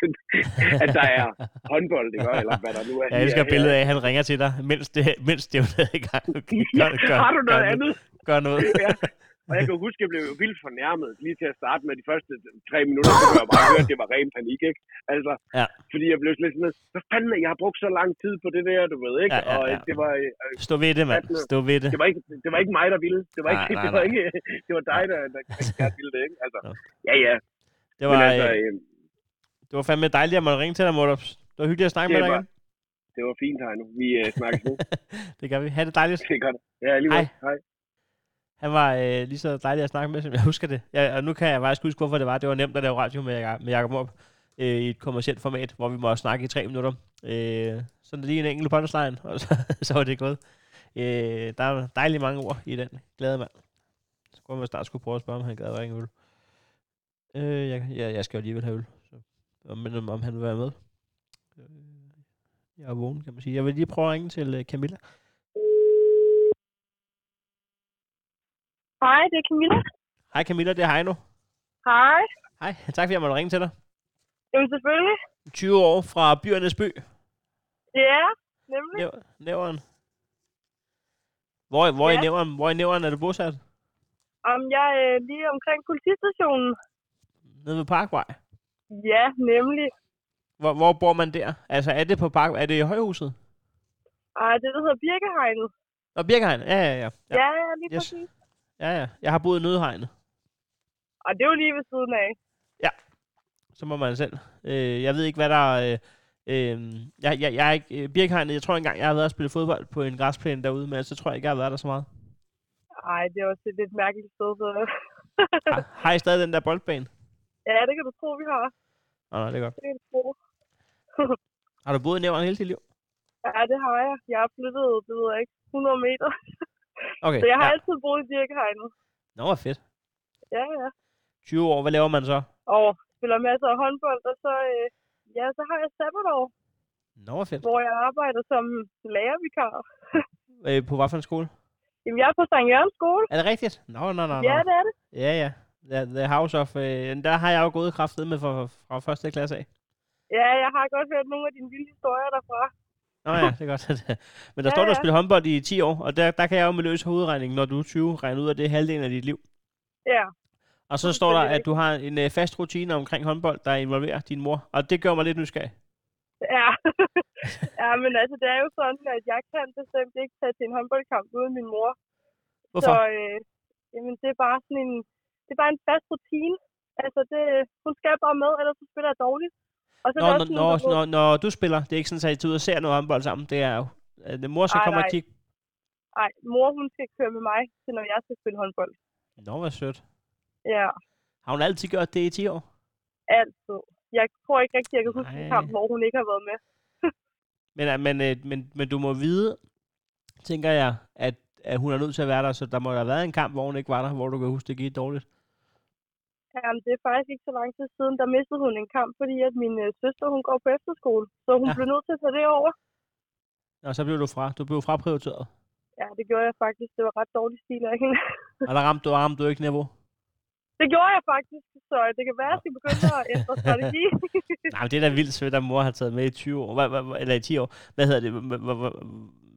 at der er håndbold, ikke? Eller hvad der nu er. Ja, jeg elsker billedet af, at han ringer til dig, mens det, mens det er jo i gang. Gør, gør, har du noget gør andet? Gør noget. Ja. Og jeg kan huske, at jeg blev vildt fornærmet lige til at starte med de første tre minutter, så kunne jeg bare høre, at det var ren panik, ikke? Altså, ja. Fordi jeg blev lidt sådan, så fandme, jeg har brugt så lang tid på det der, du ved, ikke? Ja, ja, ja. Og det var... Øh, Stå ved det, mand. Stå ved det. Det var ikke, det var ikke mig, der ville. Det var ikke, nej, nej, det var ikke, det var dig, der, der, der ville det, ikke? Altså, ja, ja. Det var, altså, øh, det var fandme dejligt, at måtte ringe til dig, Mordops. Det var hyggeligt at snakke med dig igen. Det var fint, Heino. Vi uh, snakkes nu. Det gør vi. Ha' det dejligt. Det gør det. Ja, lige Hej. Hej. Han var øh, lige så dejlig at snakke med, som jeg husker det. Ja, og nu kan jeg faktisk huske, hvorfor det var. Det var nemt at lave radio med, med Jacob Måb øh, i et kommercielt format, hvor vi må snakke i tre minutter. Øh, sådan lige en enkelt punchline, og så, så var det gået. Øh, der er dejligt mange ord i den glade mand. Så kunne man snart skulle prøve at spørge, om han gad at ringe øl. Øh, jeg, jeg, jeg skal jo alligevel have øl. Så, om, om han vil være med. Øh, jeg er vågen, kan man sige. Jeg vil lige prøve at ringe til uh, Camilla. Hej, det er Camilla. Hej Camilla, det er Heino. Hej. Hej, tak fordi jeg måtte ringe til dig. Jamen selvfølgelig. tyve år fra Byernes By. Ja, nemlig. Næv- Nævren. Hvor, hvor, ja. i Nævren, hvor i Nævren er du bosat? Om jeg er øh, lige omkring politistationen. Nede ved Parkvej? Ja, nemlig. Hvor, hvor bor man der? Altså er det på Parkvej? Er det i højhuset? Ej, det der hedder Birkehegnet. Nå, Birkehegnet. Ja, ja, ja. Ja, ja, ja lige yes. præcis. Ja, ja. Jeg har boet i Nødhegnet. Og det er jo lige ved siden af. Ja. Så må man selv. Øh, jeg ved ikke, hvad der... Øh, øh, jeg, jeg, jeg er ikke... Birkehegnet, jeg tror engang, jeg har været og spille fodbold på en græsplæne derude, men så tror jeg ikke, jeg har været der så meget. Ej, det er også et lidt mærkeligt sted. Så. har, har I stadig den der boldbane? Ja, det kan du tro, vi har. Nå, nej, det er godt. Det kan du tro. Har du boet i Nævren hele dit liv? Ja, det har jeg. Jeg har flyttet, det ved jeg ikke, hundrede meter. Okay, så jeg har ja. altid boet i Birkehegnet. Nå, hvor fedt. Ja, ja. tyve år, hvad laver man så? Og spiller masser af håndbold, og så, øh, ja, så har jeg sabbatår. Nå, hvor fedt. Hvor jeg arbejder som lærervikar. øh, på hvad for en skole? Jamen, jeg er på Sankt Jørgens skole. Er det rigtigt? Nå, no, nå, no, nå. No, ja, det er det. Ja, ja. The, the House of... Øh, der har jeg jo gået kraftedet med fra, fra første klasse af. Ja, jeg har godt hørt nogle af dine vilde historier derfra. Nå ja, det er godt. Men der ja, står, du ja. spiller håndbold i ti år, og der, der kan jeg jo med løs hovedregning, når du er tyve, regne ud af det halvdelen af dit liv. Ja. Og så står der, at du har en uh, fast rutine omkring håndbold, der involverer din mor, og det gør mig lidt nysgerrig. Ja. Ja, men altså, det er jo sådan, at jeg kan bestemt ikke tage til en håndboldkamp uden min mor. Hvorfor? Så, øh, jamen, det er bare sådan en, det er bare en fast rutine. Altså, det, hun skal bare med, ellers så spiller jeg dårligt. Og så når, når, sådan, når, når, når du spiller, det er ikke sådan, at I tager ud og ser noget håndbold sammen. Det er jo, at mor skal ej, komme nej. og kigge. Nej, mor hun skal køre med mig, til når jeg skal spille håndbold. Nå, hvor sødt. Ja. Har hun altid gjort det i ti år? Altid. Jeg tror ikke rigtig, jeg kan huske en kamp, hvor hun ikke har været med. men, men, men, men du må vide, tænker jeg, at, at hun er nødt til at være der, så der må have været en kamp, hvor hun ikke var der, hvor du kan huske, det gik dårligt. Jamen, det er faktisk ikke så lang tid siden, der mistede hun en kamp, fordi at min øh, søster, hun går på efterskole. Så hun ja. blev nødt til at tage det over. Og så blev du fra. Du blev fraprioriteret. Ja, det gjorde jeg faktisk. Det var ret dårlig stil af hende. Og der ramte du, ramte du ikke niveau? Det gjorde jeg faktisk, så det kan være, at jeg skal begynde at ændre strategi. Nej, men det er da vildt sødt, at mor har taget med i tyve år, eller i ti år. Hvad hedder det?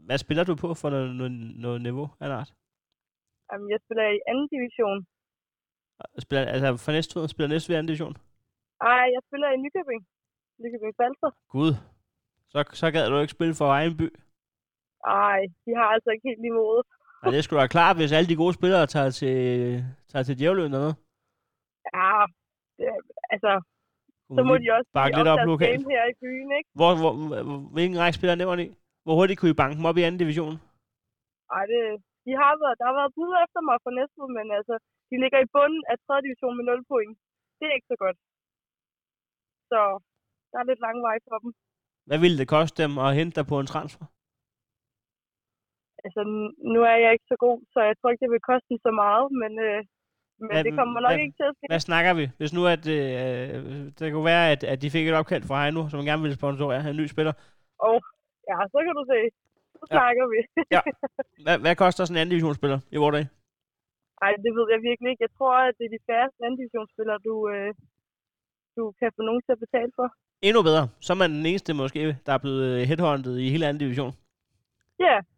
hvad spiller du på for noget, noget, noget niveau af en art? Jamen, jeg spiller i anden division. Spiller, altså for Næstved, spiller Næstved i anden division? Nej, jeg spiller i Nykøbing. Nykøbing Falster. Gud, så, så gad du ikke spille for egen by? Nej, de har altså ikke helt niveauet. Nej, det skulle da klart, hvis alle de gode spillere tager til, tager til Djævløen eller noget. Ja, det, altså, så må de også bakke lidt op lokalt her i byen, ikke? Hvor, hvor, hvor, hvilken række spiller nævner I? Hvor hurtigt kunne I banke dem op i anden division? Ej, det, de har været, der har været bud efter mig for Næstved, men altså, de ligger i bunden af tredje division med nul point. Det er ikke så godt. Så der er lidt lang vej for dem. Hvad ville det koste dem at hente dig på en transfer? Altså, nu er jeg ikke så god, så jeg tror ikke, det vil koste dem så meget, men, øh, men hvad, det kommer nok hvad, ikke til at ske. Hvad snakker vi? Hvis nu, at øh, det kunne være, at, at de fik et opkald fra Heino, som gerne ville sponsorere en ny spiller. Åh, oh, ja, så kan du se. Så ja. snakker vi. Ja. Hvad, hvad koster sådan en anden divisionsspiller i vores dag? Ej, det ved jeg virkelig ikke. Jeg tror, at det er de færreste anden divisionsspillere, du, øh, du kan få nogen til at betale for. Endnu bedre. Så er man den eneste måske, der er blevet headhunted i hele anden division. Ja. Yeah.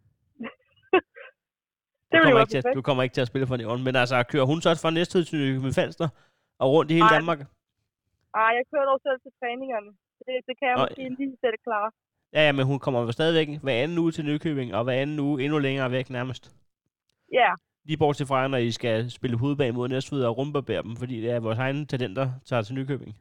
Du kommer, ikke til, du kommer ikke til at spille for Nævn, men altså, kører hun så fra Næstved til Nykøbing Falster og rundt i hele Ej. Danmark? Nej, jeg kører dog selv til træningerne. Det, det kan jeg Nå, måske lige sætte klar. Ja, ja, men hun kommer jo stadigvæk hver anden uge til Nykøbing, og hver anden uge endnu længere væk nærmest. Ja. Yeah. Lige bortset fra, når I skal spille hovedbag mod Næstved og rumberbære dem, fordi det er vores egne talenter, der tager til Nykøbing.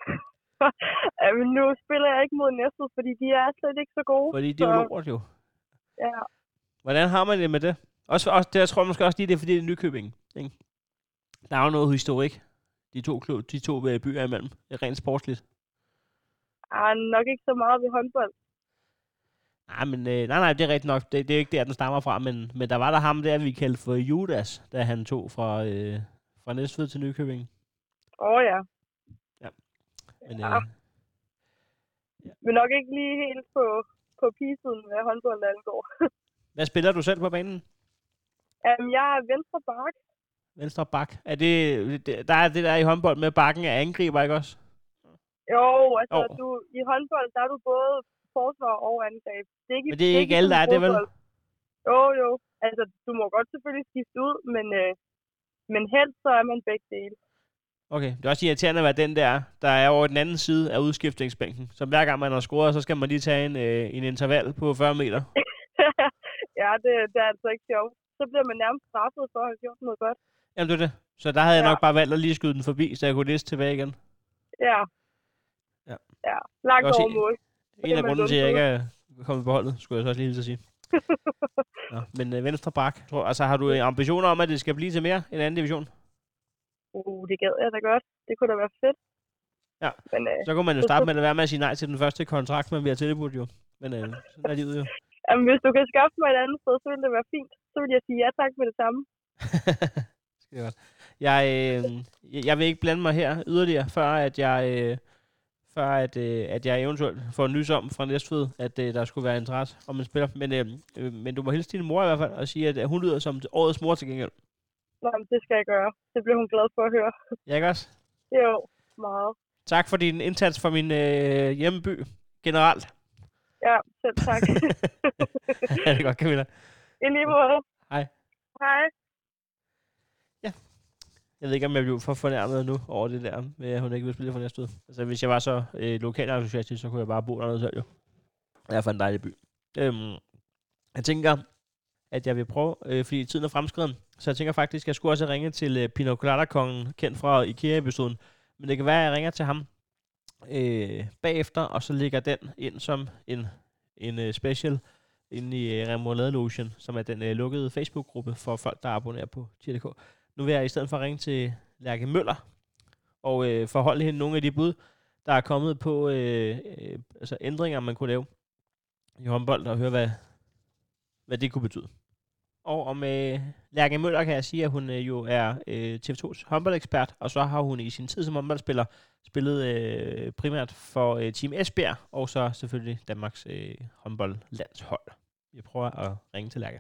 Ja, men nu spiller jeg ikke mod Næstved, fordi de er slet ikke så gode. Fordi de er jo lort jo. Ja. Hvordan har man det med det? Også, også, det jeg tror måske også lige, det er fordi, det er Nykøbing. Ikke? Der er jo noget historik, de to, de to byer imellem. Det er rent sportsligt. Ah, nok ikke så meget ved håndbold. Nej, men, øh, nej, nej, det er rigtigt nok. Det, det er ikke der, den stammer fra. Men, men der var der ham der, vi kaldte for Judas, da han tog fra, øh, fra Næstved til Nykøbing. Åh oh, ja. Ja. Men, ja. Øh, ja. Men nok ikke lige helt på, på pigesiden, hvad håndbold angår. Hvad spiller du selv på banen? Um, jeg er venstre bak. Venstre bak. Er det, det, der er det der i håndbold med bakken af angriber, ikke også? Jo, altså oh. du, i håndbold, der er du både forsvar og angreb. Det er ikke, men det er ikke, ikke alle, der er det, vel? Jo, jo. Altså, du må godt selvfølgelig skifte ud, men, øh, men helst så er man begge dele. Okay, det er også irriterende at være den der, der er over den anden side af udskiftningsbænken. Så hver gang man har scoret, så skal man lige tage en, øh, en interval på fyrre meter. Ja, det, det er altså ikke sjovt. Så bliver man nærmest straffet for at have gjort noget godt. Jamen det er det. Så der havde jeg ja. nok bare valgt at lige skyde den forbi, så jeg kunne liste tilbage igen. Ja. Ja. Ja, langt over mål. En af grunden til, at jeg ikke er kommet på holdet, skulle jeg så også lige hilse at sige. Nå, men øh, venstre bak. Tror, altså, har du ambitioner om, at det skal blive til mere end anden division? Uh, det gad jeg da godt. Det kunne da være fedt. Ja, men, øh, så kunne man jo starte med at være med at sige nej til den første kontrakt, man bliver tilbudt jo. Men øh, sådan er livet jo. Jamen, hvis du kan skaffe mig et andet sted, så ville det være fint. Så vil jeg sige ja tak med det samme. Det er godt. Jeg, øh, jeg vil ikke blande mig her yderligere, før at jeg, øh, før at, øh, at jeg eventuelt får nys om fra Næstved, at øh, der skulle være interesse om en spiller. Men, øh, øh, men du må hilse din mor i hvert fald og sige, at hun lyder som årets mor til gengæld. Nå, det skal jeg gøre. Det bliver hun glad for at høre. Ja, ikke også? Jo, meget. Tak for din indsats for min øh, hjemmeby generelt. Ja, selv tak. Ja, det er godt, Camilla. I lige måde. Hej. Hej. Ja. Jeg ved ikke, om jeg blev for fornærmet nu over det der, med at hun ikke vil spille for Næstved. Altså, hvis jeg var så øh, lokalentusiastisk, så kunne jeg bare bo dernede selv jo. Det er for en dejlig by. Øhm, jeg tænker, at jeg vil prøve, øh, fordi tiden er fremskreden, så jeg tænker faktisk, at jeg skulle også ringe til øh, Pino Colada-kongen, kendt fra IKEA-episoden. Men det kan være, at jeg ringer til ham øh, bagefter, og så ligger den ind som en, en uh, special inde i uh, Remoulade Lotion, som er den uh, lukkede Facebook-gruppe for folk, der abonnerer på Tier punktum d k. Nu vil jeg i stedet for ringe til Lærke Møller og uh, forholde hende nogle af de bud, der er kommet på uh, uh, altså ændringer, man kunne lave i håndbold, og høre, hvad, hvad det kunne betyde. Og om øh, Lærke Møller kan jeg sige, at hun øh, jo er øh, T V to's håndboldekspert, og så har hun i sin tid som håndboldspiller spillet øh, primært for øh, Team Esbjerg, og så selvfølgelig Danmarks øh, håndboldlandshold. Jeg prøver at ringe til Lærke.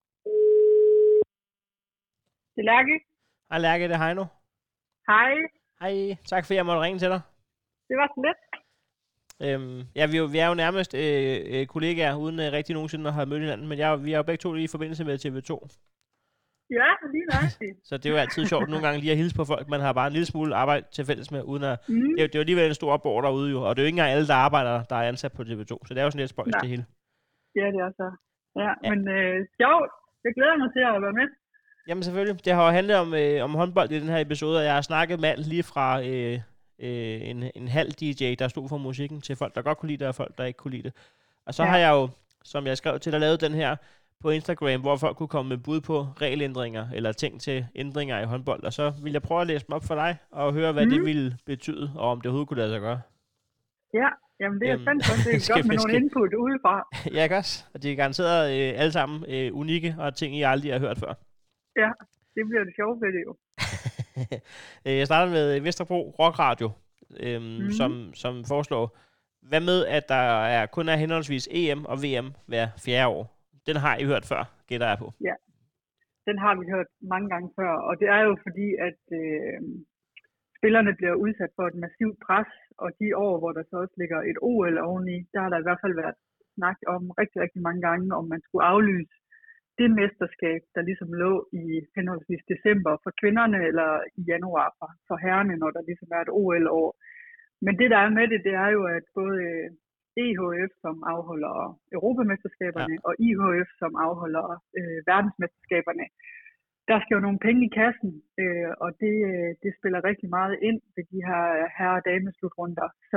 Det er Lærke. Hej Lærke, det er Heino. Hej. Hej, tak fordi jeg måtte ringe til dig. Det var så lidt. Øhm, ja, vi er, jo, vi er jo nærmest øh, øh, kollegaer, uden øh, rigtig nogensinde at have mødt hinanden, men jeg, vi er jo begge to lige i forbindelse med T V to. Ja, lige nøjagtigt. Så det er jo altid sjovt nogle gange lige at hilse på folk. Man har bare en lille smule arbejde til fælles med, uden at... Mm. Det, er, det er jo alligevel en stor borg derude jo, og det er jo ikke engang alle, der arbejder, der er ansat på T V to, så det er jo sådan lidt spøjst det hele. Ja, det er så. Ja, ja. men øh, sjovt. Jeg glæder mig til at være med. Jamen selvfølgelig. Det har jo handlet om, øh, om håndbold i den her episode, og jeg har snakket med alt lige fra øh, øh, en, en halv D J, der stod for musikken, til folk, der godt kunne lide det, og folk, der ikke kunne lide det. Og så ja. har jeg jo, som jeg skrev til, at lave den her på Instagram, hvor folk kunne komme med bud på regelændringer, eller ting til ændringer i håndbold. Og så vil jeg prøve at læse dem op for dig, og høre, hvad mm. det ville betyde, og om det overhovedet kunne lade sig gøre. Ja, jamen det er øhm, sandt, det er godt med nogle input udefra. Ja, ikke også? Og de er garanteret øh, alle sammen øh, unikke, og ting, I aldrig har hørt før. Ja, det bliver det sjovt ved det jo. Jeg starter med Vesterbro Rock Radio, øhm, mm. som, som foreslår, hvad med, at der er, kun er henholdsvis E M og V M hver fjerde år? Den har I hørt før, gætter jeg på. Ja, den har vi hørt mange gange før, og det er jo fordi, at øh, spillerne bliver udsat for et massivt pres, og de år, hvor der så også ligger et O L oveni, der har der i hvert fald været snak om rigtig, rigtig mange gange, om man skulle aflyse det mesterskab, der ligesom lå i henholdsvis december for kvinderne, eller i januar for, for herrerne, når der ligesom er et O L-år. Men det, der er med det, det er jo, at både E H F, som afholder Europamesterskaberne, ja. og I H F, som afholder øh, verdensmesterskaberne, der skal jo nogle penge i kassen, øh, og det, det spiller rigtig meget ind ved de her herre- og dameslutrunder. Så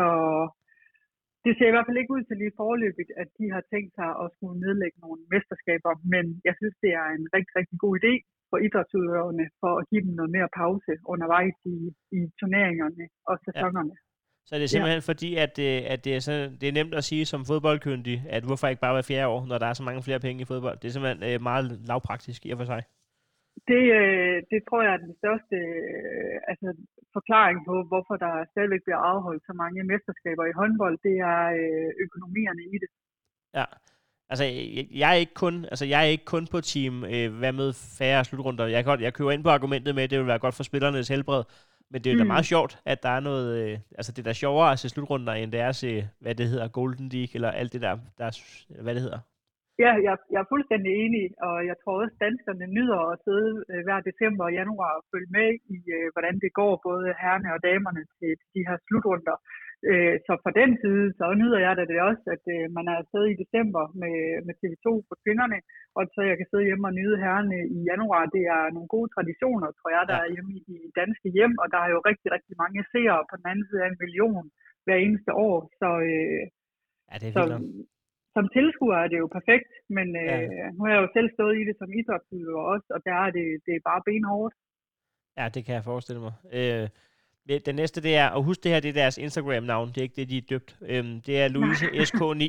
det ser i hvert fald ikke ud til lige foreløbigt, at de har tænkt sig at skulle nedlægge nogle mesterskaber, men jeg synes, det er en rigtig, rigtig god idé for idrætsudøverne, for at give dem noget mere pause undervejs i, i turneringerne og sæsonerne. Ja. Så det er simpelthen ja. fordi, at, det, at det, er sådan, det er nemt at sige som fodboldkyndig, at hvorfor ikke bare hver fjerde år, når der er så mange flere penge i fodbold? Det er simpelthen øh, meget lavpraktisk i og for sig. Det, øh, det tror jeg er den største øh, altså, forklaring på, hvorfor der stadigvæk bliver afholdt så mange mesterskaber i håndbold. Det er øh, økonomierne i det. Ja, altså jeg, jeg er ikke kun, altså jeg er ikke kun på team, øh, hvad med færre slutrunder. Jeg, kan, jeg køber ind på argumentet med, at det vil være godt for spillernes helbred. Men det er jo mm. da meget sjovt, at der er noget, øh, altså det er da sjovere at se slutrunder, end det er at se, hvad det hedder, Golden League, eller alt det der, der er, hvad det hedder. Ja, jeg, jeg er fuldstændig enig, og jeg tror også, at danskerne nyder at sidde øh, hver december og januar og følge med i, øh, hvordan det går, både herrerne og damerne til de her slutrunder. Øh, så fra den side, så nyder jeg det også, at øh, man er afsted i december med, med T V to for kvinderne, og så jeg kan sidde hjemme og nyde herrerne i januar. Det er nogle gode traditioner, tror jeg, der ja. er hjemme i de danske hjem, og der er jo rigtig, rigtig mange seere på den anden side af en million hver eneste år. Så, øh, ja, det er så som tilskuer er det jo perfekt, men øh, ja. nu har jeg jo selv stået i det som idrætsudøver også, og der er det, det er bare benhårdt. Ja, det kan jeg forestille mig. Øh, det, det næste, det er, og husk det her, det er deres Instagram-navn, det er ikke det, de er døbt. Øhm, det er Louise S K ni.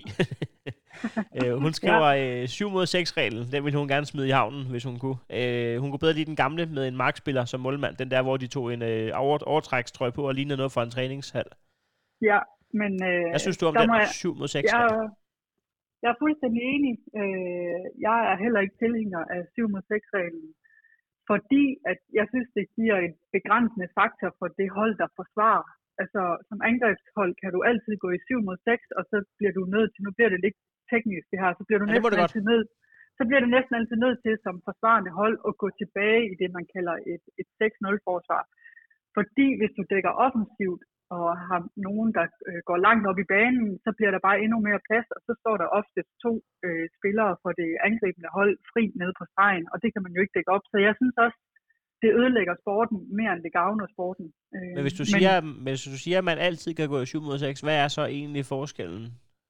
øh, hun skriver ja. øh, syv mod seks-reglen, den ville hun gerne smide i havnen, hvis hun kunne. Øh, hun kunne bedre lide den gamle med en markspiller som målmand, den der, hvor de tog en øh, over, overtrækstrøje på og lignede noget fra en træningshal. Ja, men... Øh, Hvad synes du om den jeg, syv mod seks-reglen? Jeg er fuldstændig enig. Øh, jeg er heller ikke tilhænger af syv mod seks-reglen, fordi at jeg synes, det giver et begrænsende faktor for det hold, der forsvarer. Altså, som angrebshold kan du altid gå i syv mod seks, og så bliver du nødt til, nu bliver det lidt teknisk det her, så bliver du, ja, næsten, altid nød, så bliver du næsten altid nødt til som forsvarende hold at gå tilbage i det, man kalder et, et seks nul-forsvar. Fordi hvis du dækker offensivt, og har nogen, der øh, går langt op i banen, så bliver der bare endnu mere plads, og så står der ofte to øh, spillere for det angribende hold fri nede på stregen, og det kan man jo ikke dække op. Så jeg synes også, det ødelægger sporten mere, end det gavner sporten. Øh, men hvis du, siger, men, hvis du siger, at man altid kan gå i syv mod seks, hvad er så egentlig forskellen?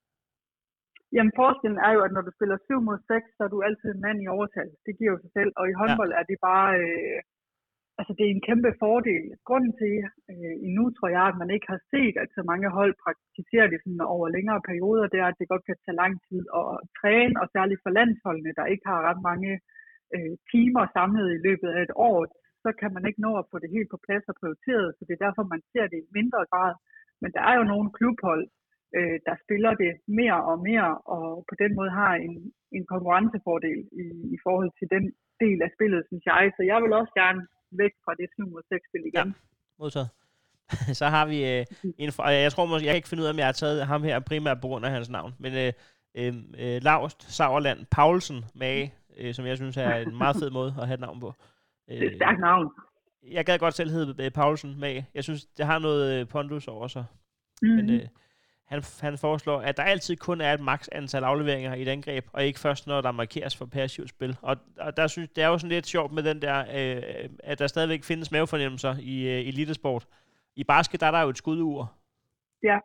Jamen forskellen er jo, at når du spiller syv mod seks, så er du altid en mand i overtal. Det giver jo sig selv, og i håndbold ja. er det bare... Øh, Altså, det er en kæmpe fordel. Grunden til, øh, endnu tror jeg, at man ikke har set, at så mange hold praktiserer det sådan over længere perioder, det er, at det godt kan tage lang tid at træne, og særligt for landsholdene, der ikke har ret mange øh, timer samlet i løbet af et år, så kan man ikke nå at få det helt på plads og prioriteret, så det er derfor, man ser det i mindre grad. Men der er jo nogle klubhold, øh, der spiller det mere og mere, og på den måde har en, en konkurrencefordel i, i forhold til den del af spillet, synes jeg. Så jeg vil også gerne væk fra det syv mod seks-spil igen. Ja, modtaget. så har vi øh, en fra, jeg tror måske, jeg kan ikke finde ud af, om jeg har taget ham her primært på grund af hans navn, men øh, øh, Laust Sauerland Paulsen Mage, øh, som jeg synes er en meget fed måde at have et navn på. Det er et stærkt navn. Jeg gad godt selv hedde øh, Paulsen Mage. Jeg synes, det har noget øh, pondus over sig. Mm-hmm. Men øh, han, han foreslår, at der altid kun er et maks antal afleveringer i et angreb, og ikke først, når der markeres for passivt spil. Og, og der synes det er jo sådan lidt sjovt med den der, øh, at der stadigvæk findes mavefornemmelser i øh, elitesport. I basket, der er der jo et skudur. Ja.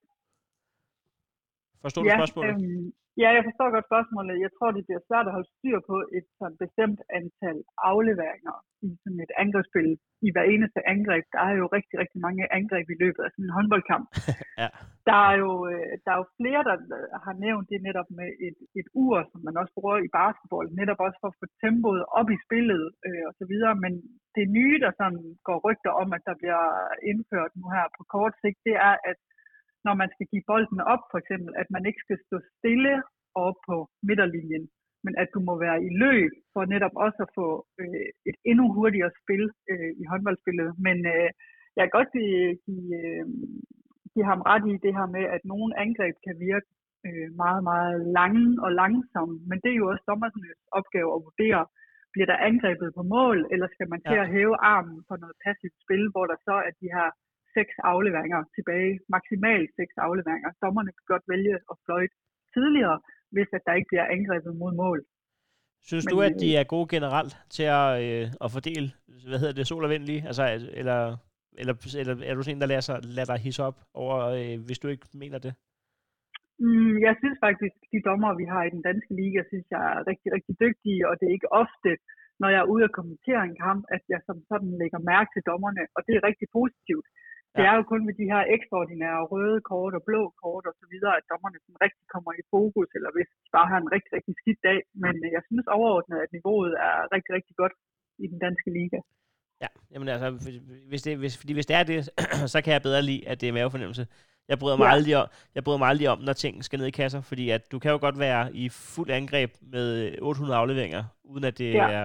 Forstår du ja, spørgsmålet? Øhm, ja, jeg forstår godt spørgsmålet. Jeg tror, det bliver svært at holde styr på et sådan bestemt antal afleveringer i sådan et angrebsspil. I hver eneste angreb, der er jo rigtig, rigtig mange angreb i løbet af sådan en håndboldkamp. ja. Der er jo, der er jo flere, der har nævnt det netop med et, et ur, som man også bruger i basketball, netop også for at få tempoet op i spillet øh, og så videre. Men det nye, der sådan går rygter om, at der bliver indført nu her på kort sigt, det er, at når man skal give bolden op, for eksempel, at man ikke skal stå stille op på midterlinjen, men at du må være i løb for netop også at få øh, et endnu hurtigere spil øh, i håndboldspillet. Men øh, jeg kan godt give, give, øh, give ham ret i det her med, at nogle angreb kan virke øh, meget, meget lange og langsomme, men det er jo også dommerens opgave at vurdere, bliver der angrebet på mål, eller skal man til ja. at hæve armen for noget passivt spil, hvor der så er de her seks afleveringer tilbage, maksimalt seks afleveringer. Dommerne kan godt vælge at fløjte tidligere, hvis at der ikke bliver angrebet mod mål. Synes Men, du, at de er gode generelt til at, øh, at fordele, hvad hedder det, sol og vind lige? Altså, eller, eller, eller er du sådan en, der lader, sig, lader dig hisse op over, øh, hvis du ikke mener det? Mm, jeg synes faktisk, de dommer, vi har i den danske liga, synes jeg er rigtig, rigtig dygtige, og det er ikke ofte, når jeg er ude og kommentere en kamp, at jeg som sådan lægger mærke til dommerne, og det er rigtig positivt. Det er jo kun ved de her ekstraordinære røde kort og blå kort og så videre, at dommerne sådan rigtig kommer i fokus, eller hvis de bare har en rigtig, rigtig skidt dag. Men jeg synes overordnet, at niveauet er rigtig, rigtig godt i den danske liga. Ja, jamen altså, hvis det, hvis, fordi hvis det er det, så kan jeg bedre lide, at det er mavefornemmelse. Jeg bryder mig, ja. aldrig, om, jeg bryder mig aldrig om, når ting skal ned i kasser, fordi at du kan jo godt være i fuld angreb med otte hundrede afleveringer, uden at det ja. er...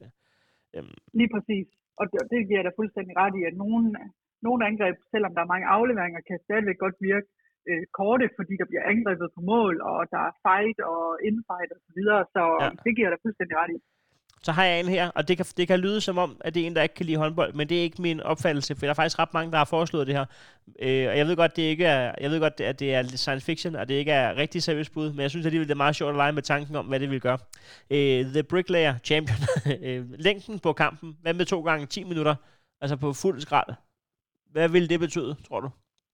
Øhm. Lige præcis. Og det, det giver jeg da fuldstændig ret i, at nogen... Nogle angreb, selvom der er mange afleveringer, kan stadigvæk godt virke øh, korte, fordi der bliver angrebet på mål, og der er fight og infight og så videre, så ja. det giver jeg da fuldstændig ret i. Så har jeg en her, og det kan, det kan lyde som om, at det er en, der ikke kan lide håndbold, men det er ikke min opfattelse, for der er faktisk ret mange, der har foreslået det her. Øh, og jeg ved godt, det ikke er, jeg ved godt, at det er science fiction, og det ikke er rigtig seriøst bud, men jeg synes alligevel, det er meget sjovt at lege med tanken om, hvad det vil gøre. Øh, The Bricklayer Champion. Længden på kampen, hvad med to gange ti minutter, altså på fuld skrald? Hvad vil det betyde, tror du?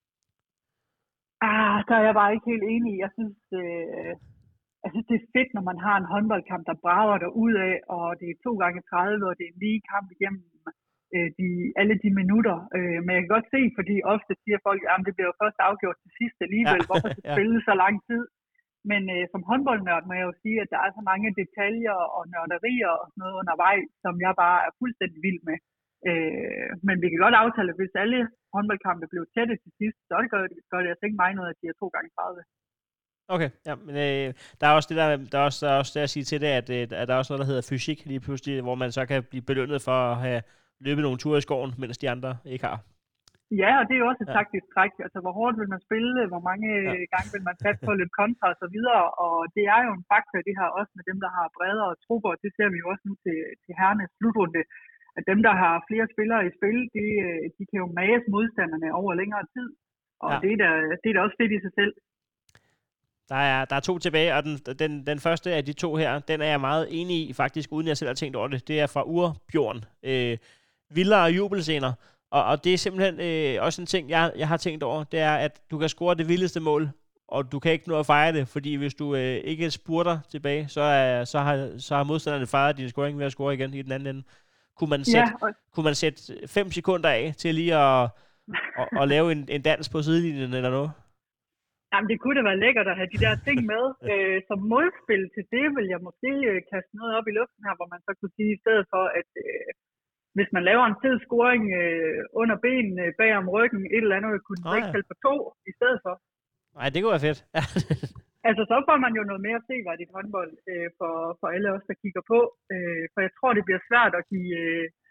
Ah, der er jeg bare ikke helt enig. Jeg synes, øh, jeg synes, det er fedt, når man har en håndboldkamp, der brager der ud af, og det er to gange tredive, og det er en lige kamp igennem øh, de, alle de minutter. Øh, men jeg kan godt se, fordi ofte siger folk, at det bliver jo først afgjort til sidst alligevel. Ja. Hvorfor skal det spille så lang tid? Men øh, som håndboldnørd må jeg jo sige, at der er så mange detaljer og nørderier og sådan noget undervejs, som jeg bare er fuldstændig vild med. Øh, men vi kan godt aftale, at hvis alle håndboldkampe blev tætte til sidst, så gør det, gør det altså ikke mig noget, at de er to gange tredive. Okay, ja, men øh, der er også det der, der er også, der er også det at sige til det, at, øh, at der er også noget, der hedder fysik lige pludselig, hvor man så kan blive belønnet for at have løbet nogle ture i skoven, mens de andre ikke har. Ja, og det er jo også et ja. taktisk træk. Altså, hvor hårdt vil man spille, hvor mange ja. gange vil man sætte på lidt kontra og så videre, og det er jo en faktor, det her også med dem, der har bredere trupper, det ser vi jo også nu til, til herrenes slutrunde, at dem, der har flere spillere i spil, de, de kan jo mages modstanderne over længere tid. Og ja. det, er da, det er da også fedt i sig selv. Der er, der er to tilbage, og den, den, den første af de to her, den er jeg meget enig i, faktisk, uden jeg selv har tænkt over det. Det er fra Urbjørn. Øh, vildere jubelscener. Og, og det er simpelthen øh, også en ting, jeg, jeg har tænkt over, det er, at du kan score det vildeste mål, og du kan ikke nå at fejre det, fordi hvis du øh, ikke spurter tilbage, så, er, så, har, så har modstanderne fejret din scoring ved at score igen i den anden ende. Kunne man sætte, ja, og... kunne man sætte fem sekunder af til lige at, at, at lave en, en dans på sidelinjen eller noget? Jamen, det kunne da være lækkert at have de der ting med. øh, som modspil til det vil jeg måske øh, kaste noget op i luften her, hvor man så kunne sige i stedet for, at øh, hvis man laver en fed scoring øh, under benene, bag om ryggen, et eller andet, kunne man oh, ikke spille på to i stedet for. Nej, det kunne være fedt. Altså, så får man jo noget mere seværdigt håndbold øh, for, for alle os, der kigger på. Øh, for jeg tror, det bliver svært at give, øh,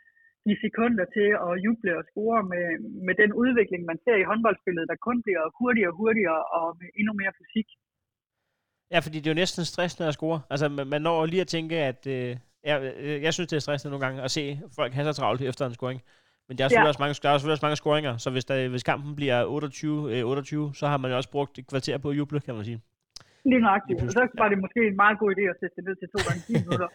de sekunder til at juble og score med, med den udvikling, man ser i håndboldspillet, der kun bliver hurtigere og hurtigere og med endnu mere fysik. Ja, fordi det er jo næsten stressende at score. Altså, man, man når lige at tænke, at... Øh, jeg, jeg synes, det er stressende nogle gange at se folk have så travlt efter en scoring. Men der er selvfølgelig, ja. også, mange, der er selvfølgelig også mange scoringer, så hvis, der, hvis kampen bliver otteogtyve otteogtyve, så har man jo også brugt et kvarter på at juble, kan man sige. Lige nøjagtigt. Og så var det måske en meget god idé at sætte det ned til to gange ti minutter.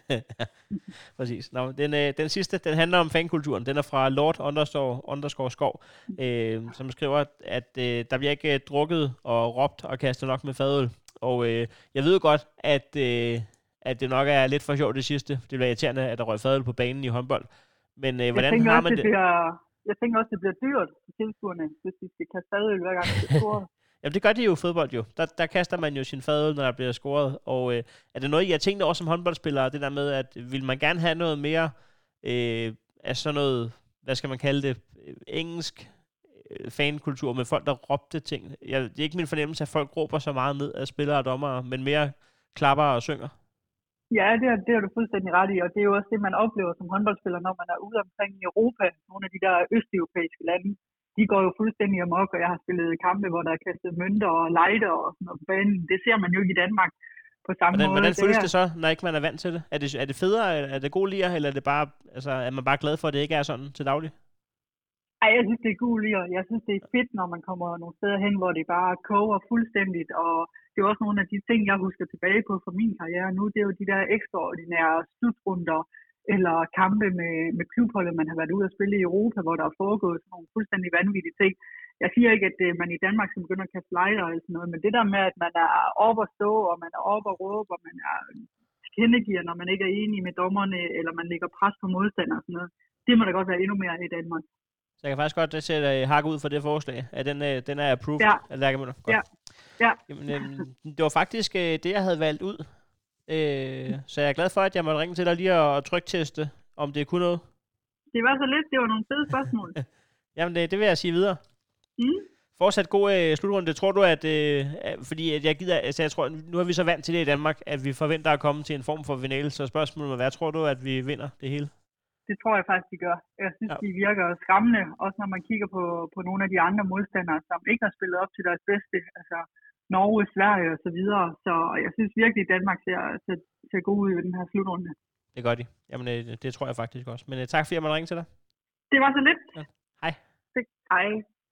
Præcis. Nå, den, øh, den sidste, den handler om fankulturen. Den er fra Lord underscore, underscore Skov, øh, som skriver, at øh, der bliver ikke drukket og råbt og kastet nok med fadøl. Og øh, jeg ved godt, at, øh, at det nok er lidt for sjovt det sidste. Det bliver irriterende, at der røg fadøl på banen i håndbold. Men øh, hvordan har man det? det bliver, jeg tænker også, det bliver dyrt til tilskuerne, hvis de skal kaste fadøl hver gang, det scorer. Jamen det gør de jo i fodbold jo. Der, der kaster man jo sin fadøl, når der bliver scoret. Og øh, er det noget, jeg har tænkt over som håndboldspiller, det der med, at vil man gerne have noget mere øh, af sådan noget, hvad skal man kalde det, engelsk øh, fankultur med folk, der råbte ting. Jeg, det er ikke min fornemmelse, at folk råber så meget ned af spillere og dommere, men mere klapper og synger. Ja, det er, det er du fuldstændig ret i, og det er jo også det, man oplever som håndboldspiller, når man er ude omkring i Europa, nogle af de der østeuropæiske lande. De går jo fuldstændig amok, og jeg har spillet kampe, hvor der er kastet mønter og lighter og sådan noget på banen. Det ser man jo ikke i Danmark på samme hvordan, måde. Hvordan føles det så, når ikke man er vant til det? Er det, er det federe, er det god lige, eller er, det bare, altså, er man bare glad for, at det ikke er sådan til daglig? Ej, jeg synes, det er god lige, jeg synes, det er fedt, når man kommer nogle steder hen, hvor det bare koger fuldstændigt, og det er også nogle af de ting, jeg husker tilbage på fra min karriere nu. Det er jo de der ekstraordinære slutrunder, eller kampe med, med klubholdet, man har været ude at spille i Europa, hvor der er foregået sådan nogle fuldstændig vanvittige ting. Jeg siger ikke, at man i Danmark skal begynde at kaste lejre eller sådan noget, men det der med, at man er oppe at stå, og man er oppe at råbe, og man er kendegiver, når man ikke er enig med dommerne, eller man lægger pres på modstandere og sådan noget, det må da godt være endnu mere i Danmark. Så jeg kan faktisk godt sætte hakke ud for det forslag, at den, den er approved ja. af Lærkemøller. Ja. Ja. Jamen, det var faktisk det, jeg havde valgt ud. Øh, så jeg er glad for, at jeg måtte ringe til dig lige og trykteste, om det kunne noget. Det var så lidt, det var nogle fede spørgsmål. Jamen, det, det vil jeg sige videre. Mm. Fortsat god øh, slutrunde. Tror du, at, øh, fordi at jeg gider, altså jeg tror, nu er vi så vant til det i Danmark, at vi forventer at komme til en form for finale, så spørgsmålet må være, tror du, at vi vinder det hele? Det tror jeg faktisk, de gør. Jeg synes, ja. de virker skræmmende, også når man kigger på, på nogle af de andre modstandere, som ikke har spillet op til deres bedste, altså Norge, Sverige og så videre. Så jeg synes virkelig, at Danmark ser, ser, ser god ud ved den her slutrunde. Det gør de. Jamen, øh, det tror jeg faktisk også. Men øh, tak fordi jeg måtte ringe til dig. Det var så lidt. Ja. Hej. Hej.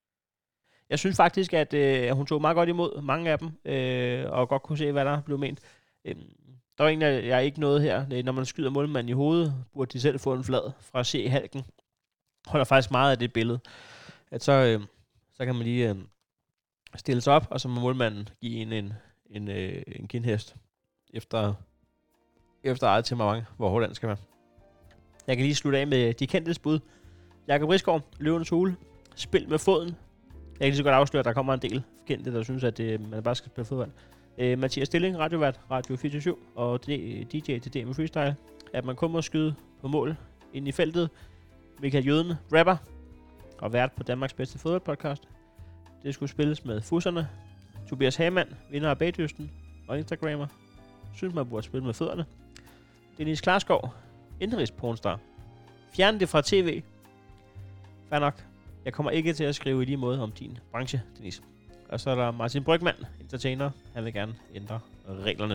Jeg synes faktisk, at øh, hun tog meget godt imod mange af dem, øh, og godt kunne se, hvad der blev ment. Øh, der var en, jeg, jeg ikke nåede her. Når man skyder målmanden i hovedet, burde de selv få en flad fra C. Halken. Holder faktisk meget af det billede. At så, øh, så kan man lige øh, stille sig op, og så må målmanden give en, en, en, øh, en kindhest efter, efter eget temperament, hvor hårdt den skal være. Jeg kan lige slutte af med de kendtes bud. Jakob Risgaard, Løvens Hule, Spil med foden. Jeg kan lige så godt afsløre, at der kommer en del kendte, der synes, at det, man bare skal spille fodbold. Øh, Mathias Stilling, radiovært, Radio fireogtyve syv, og D J til D M Freestyle. At man kun må skyde på mål ind i feltet. Michael Jøden, rapper, og vært på Danmarks bedste fodboldpodcast. Det skulle spilles med fusserne. Tobias Hamann, vinder af Bagdysten og Instagrammer. Synes, man burde spille med fødderne. Dennis Klarskov, indrigspornstar. Fjern det fra tv. Fair nok. Jeg kommer ikke til at skrive i lige måde om din branche, Dennis. Og så er der Martin Brygman, entertainer. Han vil gerne ændre reglerne.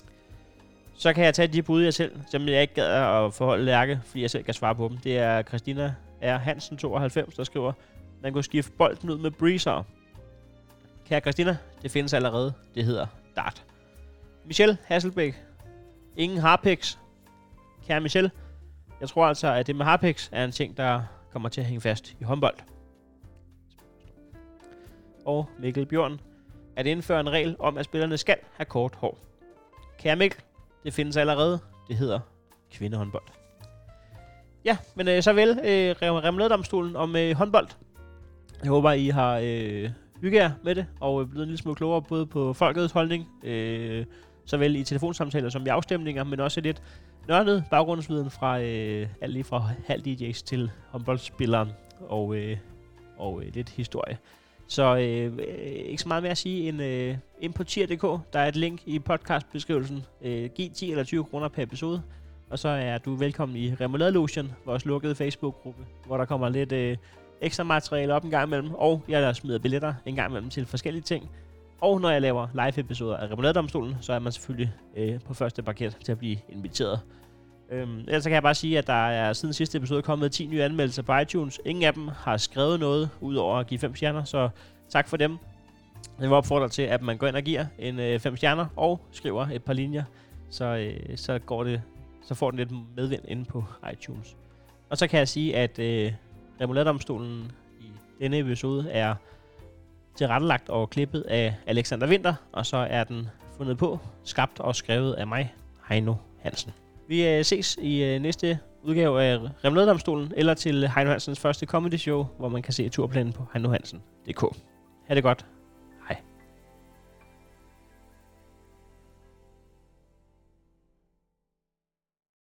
Så kan jeg tage de bud, jeg selv, som jeg ikke gad at forholde Lærke, fordi jeg selv kan svare på dem. Det er Christina R. Hansen tooghalvfems, der skriver, man kunne skifte bolden ud med breezer. Kære Christina, det findes allerede. Det hedder dart. Michelle Hasselbæk. Ingen harpiks. Kære Michelle, jeg tror altså, at det med harpiks er en ting, der kommer til at hænge fast i håndbold. Og Mikkel Bjørn. At indføre en regel om, at spillerne skal have kort hår. Kære Mikkel, det findes allerede. Det hedder kvindehåndbold. Ja, men øh, så vel øh, Remladedomstolen om øh, håndbold. Jeg håber, I har øh, hygget jer med det, og blevet en lille smule klogere både på folkets holdning, øh, såvel i telefonsamtaler som i afstemninger, men også lidt nørdet baggrundsviden fra øh, alt lige fra halv D J's til håndboldspilleren og, øh, og øh, lidt historie. Så øh, ikke så meget mere at sige end øh, ind på tier punktum d k. Der er et link i podcastbeskrivelsen. Øh, giv ti eller tyve kroner per episode, Og så er du velkommen i Remoulade-logen, vores lukkede Facebook-gruppe, hvor der kommer lidt øh, ekstra materiale op en gang imellem, og jeg smider billetter en gang imellem til forskellige ting. Og når jeg laver live-episoder af Remoulade-domstolen, så er man selvfølgelig øh, på første parket til at blive inviteret. Øhm, ellers kan jeg bare sige, at der er siden sidste episode kommet ti nye anmeldelser på iTunes. Ingen af dem har skrevet noget, udover at give fem stjerner, så tak for dem. Jeg vil opfordre til, at man går ind og giver en øh, fem stjerner og skriver et par linjer, så, øh, så, går det, så får den lidt medvind inde på iTunes. Og så kan jeg sige, at øh, Remoulade-domstolen i denne episode er tilrettelagt og klippet af Alexander Winther, og så er den fundet på, skabt og skrevet af mig, Heino Hansen. Vi øh, ses i øh, næste udgave af Remoulade-domstolen, eller til Heino Hansens første comedy show, hvor man kan se turplanen på heinohansen punktum d k. Ha' det godt.